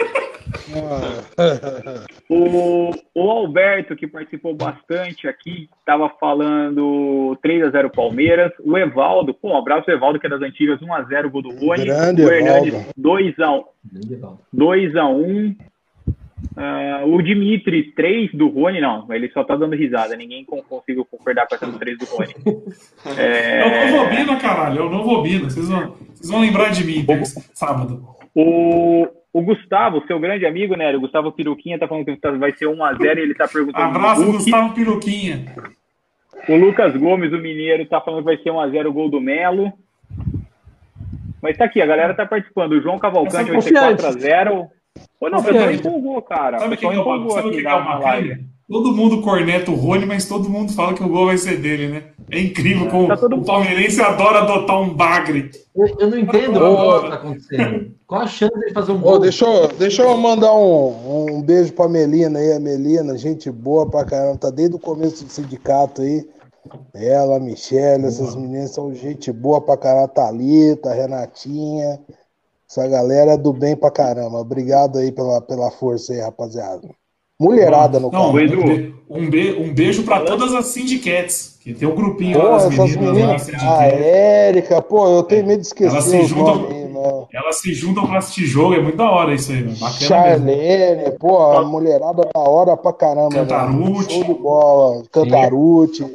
O, o Alberto, que participou bastante aqui, tava falando três a zero Palmeiras. O Evaldo, pô, um abraço Evaldo, que é das antigas, um a zero gol do Rony. Grande O Hernandes, Evaldo. dois a um. dois a um. Uh, o Dimitri, três do Rony, não, ele só tá dando risada, ninguém con- conseguiu concordar com essa do três do Rony. É o novo Obina, caralho. É o novo Obina. Vocês vão, vocês vão lembrar de mim sábado. O, o Gustavo, seu grande amigo, né? O Gustavo Piruquinha tá falando que vai ser um a zero e ele tá perguntando. Abraço, o Hulk. Gustavo Piruquinha. O Lucas Gomes, o mineiro, tá falando que vai ser um a zero o gol do Melo. Mas tá aqui, a galera tá participando. O João Cavalcante vai ser Confiante. quatro a zero. Ou não, o pessoal empolgou, cara. Sabe O quem pessoal que é o empolgou sabe aqui quem que é na, o na live. bacana? Todo mundo corneta o Rony, mas todo mundo fala que o gol vai ser dele, né? É incrível como Tá todo o palmeirense adora adotar um bagre. Eu, eu não entendo Ô, o que está acontecendo. Qual a chance de fazer um Ô, gol? deixa, eu, deixa eu mandar um, um beijo pra Melina aí, a Melina, gente boa pra caramba, tá desde o começo do sindicato aí. Ela, a Michelle, essas meninas são gente boa pra caramba, Thalita, a Renatinha. Essa galera é do bem pra caramba. Obrigado aí pela, pela força aí, rapaziada. Mulherada no Não, carro. um, be um beijo pra todas as syndicates, que tem um grupinho Pô, lá das essas meninas. meninas, a Érica, pô, eu tenho medo de esquecer Elas se os juntam, nomes aí, mano. elas se juntam pra assistir jogo, é muito da hora isso aí, mano. Bacana mesmo. Charlene, pô, a mulherada da hora pra caramba, Cantarute. mano. Show de bola, Cantarute.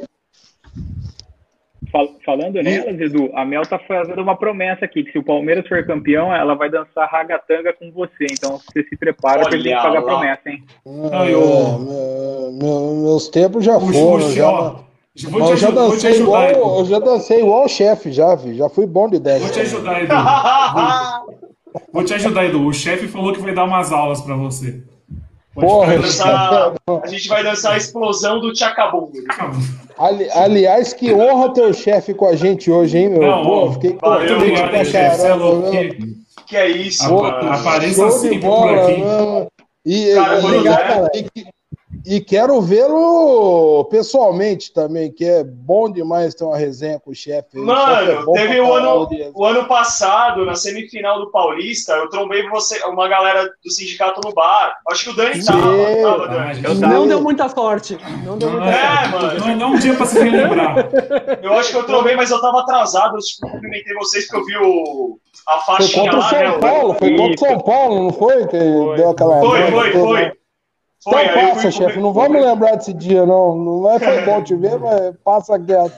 Fal falando nelas, Edu, a Mel tá fazendo uma promessa aqui, que se o Palmeiras for campeão, ela vai dançar ragatanga com você. Então você se prepara pra ele pagar a promessa, hein? Ah, eu... meu, meu, meus tempos já Puxa, foram. puxa, já, ó, mas vou te eu já ajudar, vou te dancei ajudar, igual, Edu. eu já dancei igual o chefe, já, vi, já fui bom de ideia. Vou te ajudar, Edu. Vou, vou te ajudar, Edu. O chefe falou que vai dar umas aulas pra você. Pode Porra, dançar, a gente vai dançar a explosão do Tchacabum. Ali, aliás, que honra ter o chefe com a gente hoje, hein, meu? Não, Pô, fiquei valeu, contente valeu, pra chefe, você é caramba, louco, meu. que- Que é isso, Pô, mano. apareça Show de sempre por bola, aqui. mano. E, Cara, e- quando der- e- e quero vê-lo pessoalmente também, que é bom demais ter uma resenha com o chefe. O chefe é Mano, bom teve pra o ano, caralho de- o ano passado, na semifinal do Paulista, eu trombei você, uma galera do sindicato no bar. Acho que o Dani tava, Sim. tava, Dani. Eu Não deu muita sorte. Não deu muita É, sorte. mano. Não, não é um dia pra se relembrar. Eu acho que eu trombei, mas eu tava atrasado. Eu tipo, cumprimentei vocês porque eu vi o, a Foi faixinha contra o lá, né? São Paulo, foi contra o São Paulo, não foi? Que deu aquela. Foi, merda foi, toda, foi. né? Foi, aí Então eu passa, fui chefe, cumpri- não vamos lembrar desse dia, não. Não é, foi bom te ver, mas passa quieto.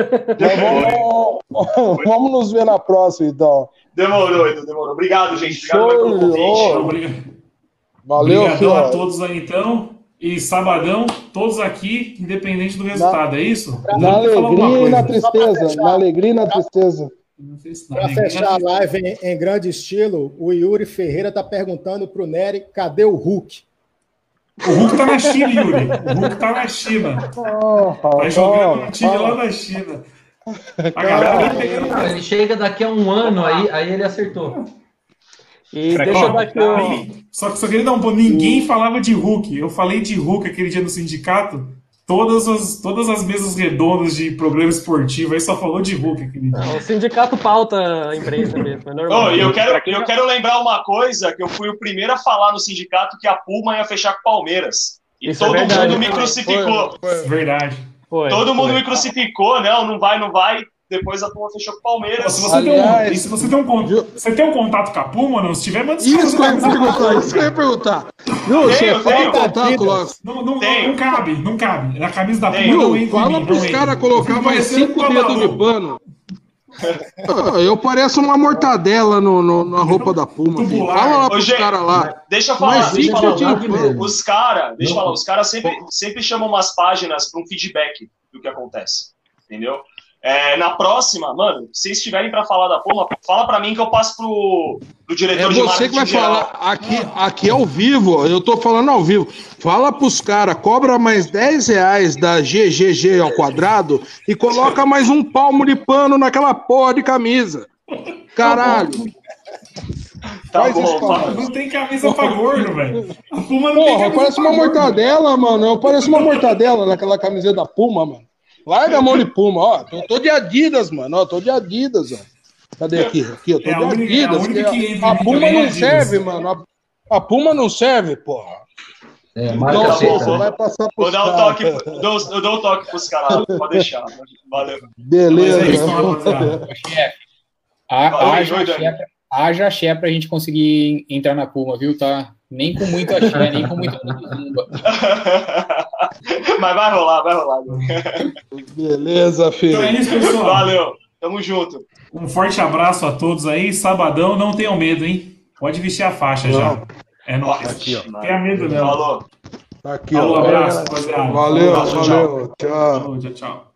Mas vamos, vamos nos ver na próxima, então. Demorou, Edu, demorou. Obrigado, gente. Obrigado Show pelo de convite. bola. Obrigado. Valeu, Obrigadão a filho. todos aí, então. E sabadão, todos aqui, independente do resultado, é isso? Na Eu vou falar alguma alegria e na coisa. tristeza. Na alegria e na tristeza. Não fez Para nada. fechar a live em, em grande estilo, o Yuri Ferreira está perguntando para o Nery cadê o Hulk? O Hulk tá na China, Yuri. O Hulk tá na China. Tá jogando no time lá da China. A galera tá pegando. Não, ele chega daqui a um ano, aí, aí ele acertou. E Ó, deixa eu dar aqui um... aí, Só que só queria dar um ponto. Ninguém falava de Hulk. Eu falei de Hulk aquele dia no sindicato. Todas as, todas as mesas redondas de programa esportivo aí só falou de Hulk aquele dia. O sindicato pauta a imprensa mesmo, é normal. Oh, e eu quero, eu quero lembrar uma coisa, que eu fui o primeiro a falar no sindicato que a Puma ia fechar com o Palmeiras. E Isso é todo verdade, mundo me foi, crucificou. Verdade. Foi, Todo mundo foi. me crucificou, não, não vai, não vai. Depois a Puma fechou com o Pô, Palmeiras. se você, tem um, Aliás, e se você tem um contato, você tem um contato com a Puma, não? Se tiver, manda os Isso que eu ia caras- perguntar, isso que eu ia perguntar. Viu, Tenho, chefe, fala tenho. o contato lá. Não, não, não, Tem. não cabe, não cabe. Na camisa da Puma Tem. não Viu, entra em fala mim, pros não entra. caras colocar Eu fico mais parecendo cinco um dedos de maluco. pano. Ah, eu pareço uma mortadela no, no- na roupa da Puma. filho. Tubular. Fala lá Ô, pros gente, caras lá. Deixa eu falar, Mas deixa eu cinco falar. dedinhos de pano. Os caras, deixa eu Não. falar, os caras sempre, sempre chamam umas páginas para um feedback do que acontece, entendeu? É, na próxima, mano, se vocês estiverem para falar da Puma, fala para mim que eu passo pro, pro diretor É de você marketing que vai geral. falar. Aqui, aqui é ao vivo, eu tô falando ao vivo. Fala pros caras, cobra mais dez reais da G G G ao quadrado e coloca mais um palmo de pano naquela porra de camisa. Caralho. Tá Faz bom, isso, fala. cara. Não tem camisa pra gordo, velho. A Puma não tem Porra, camisa parece pra uma gordo. mortadela, mano. Eu pareço uma mortadela naquela camiseta da Puma, mano. Larga a mão de Puma, ó. Tô, tô de Adidas, mano. Ó, tô de Adidas, ó. Cadê aqui? Aqui, eu tô É a de única- é a Adidas. única que que entra em a, a mim Puma também é não Adidas. serve, mano. A, a Puma não serve, porra. É, Então, marca tá você bom, seca. vou- vai passar Vou pros dar um caras. toque, eu dou, eu dou um toque pros caras, pode deixar. Valeu. Mas é Beleza. isso, rapaziada. Chefe, ha- Oi, haja oi, axé Dani. pra- haja axé pra gente conseguir entrar na Puma, viu? Tá? Nem com muito axé, nem com muito zumba. Mas vai rolar, vai rolar. Beleza, filho. Então é isso, pessoal. Valeu, tamo junto. Um forte abraço a todos aí. Sabadão, não tenham medo, hein? Pode vestir a faixa já. É nóis. Aqui, ó. Tenha medo, não. Falou. Tá aqui, Falou, ó. abraço, rapaziada. Valeu, Abraço, tchau. valeu. Tchau. Falou, tchau, tchau.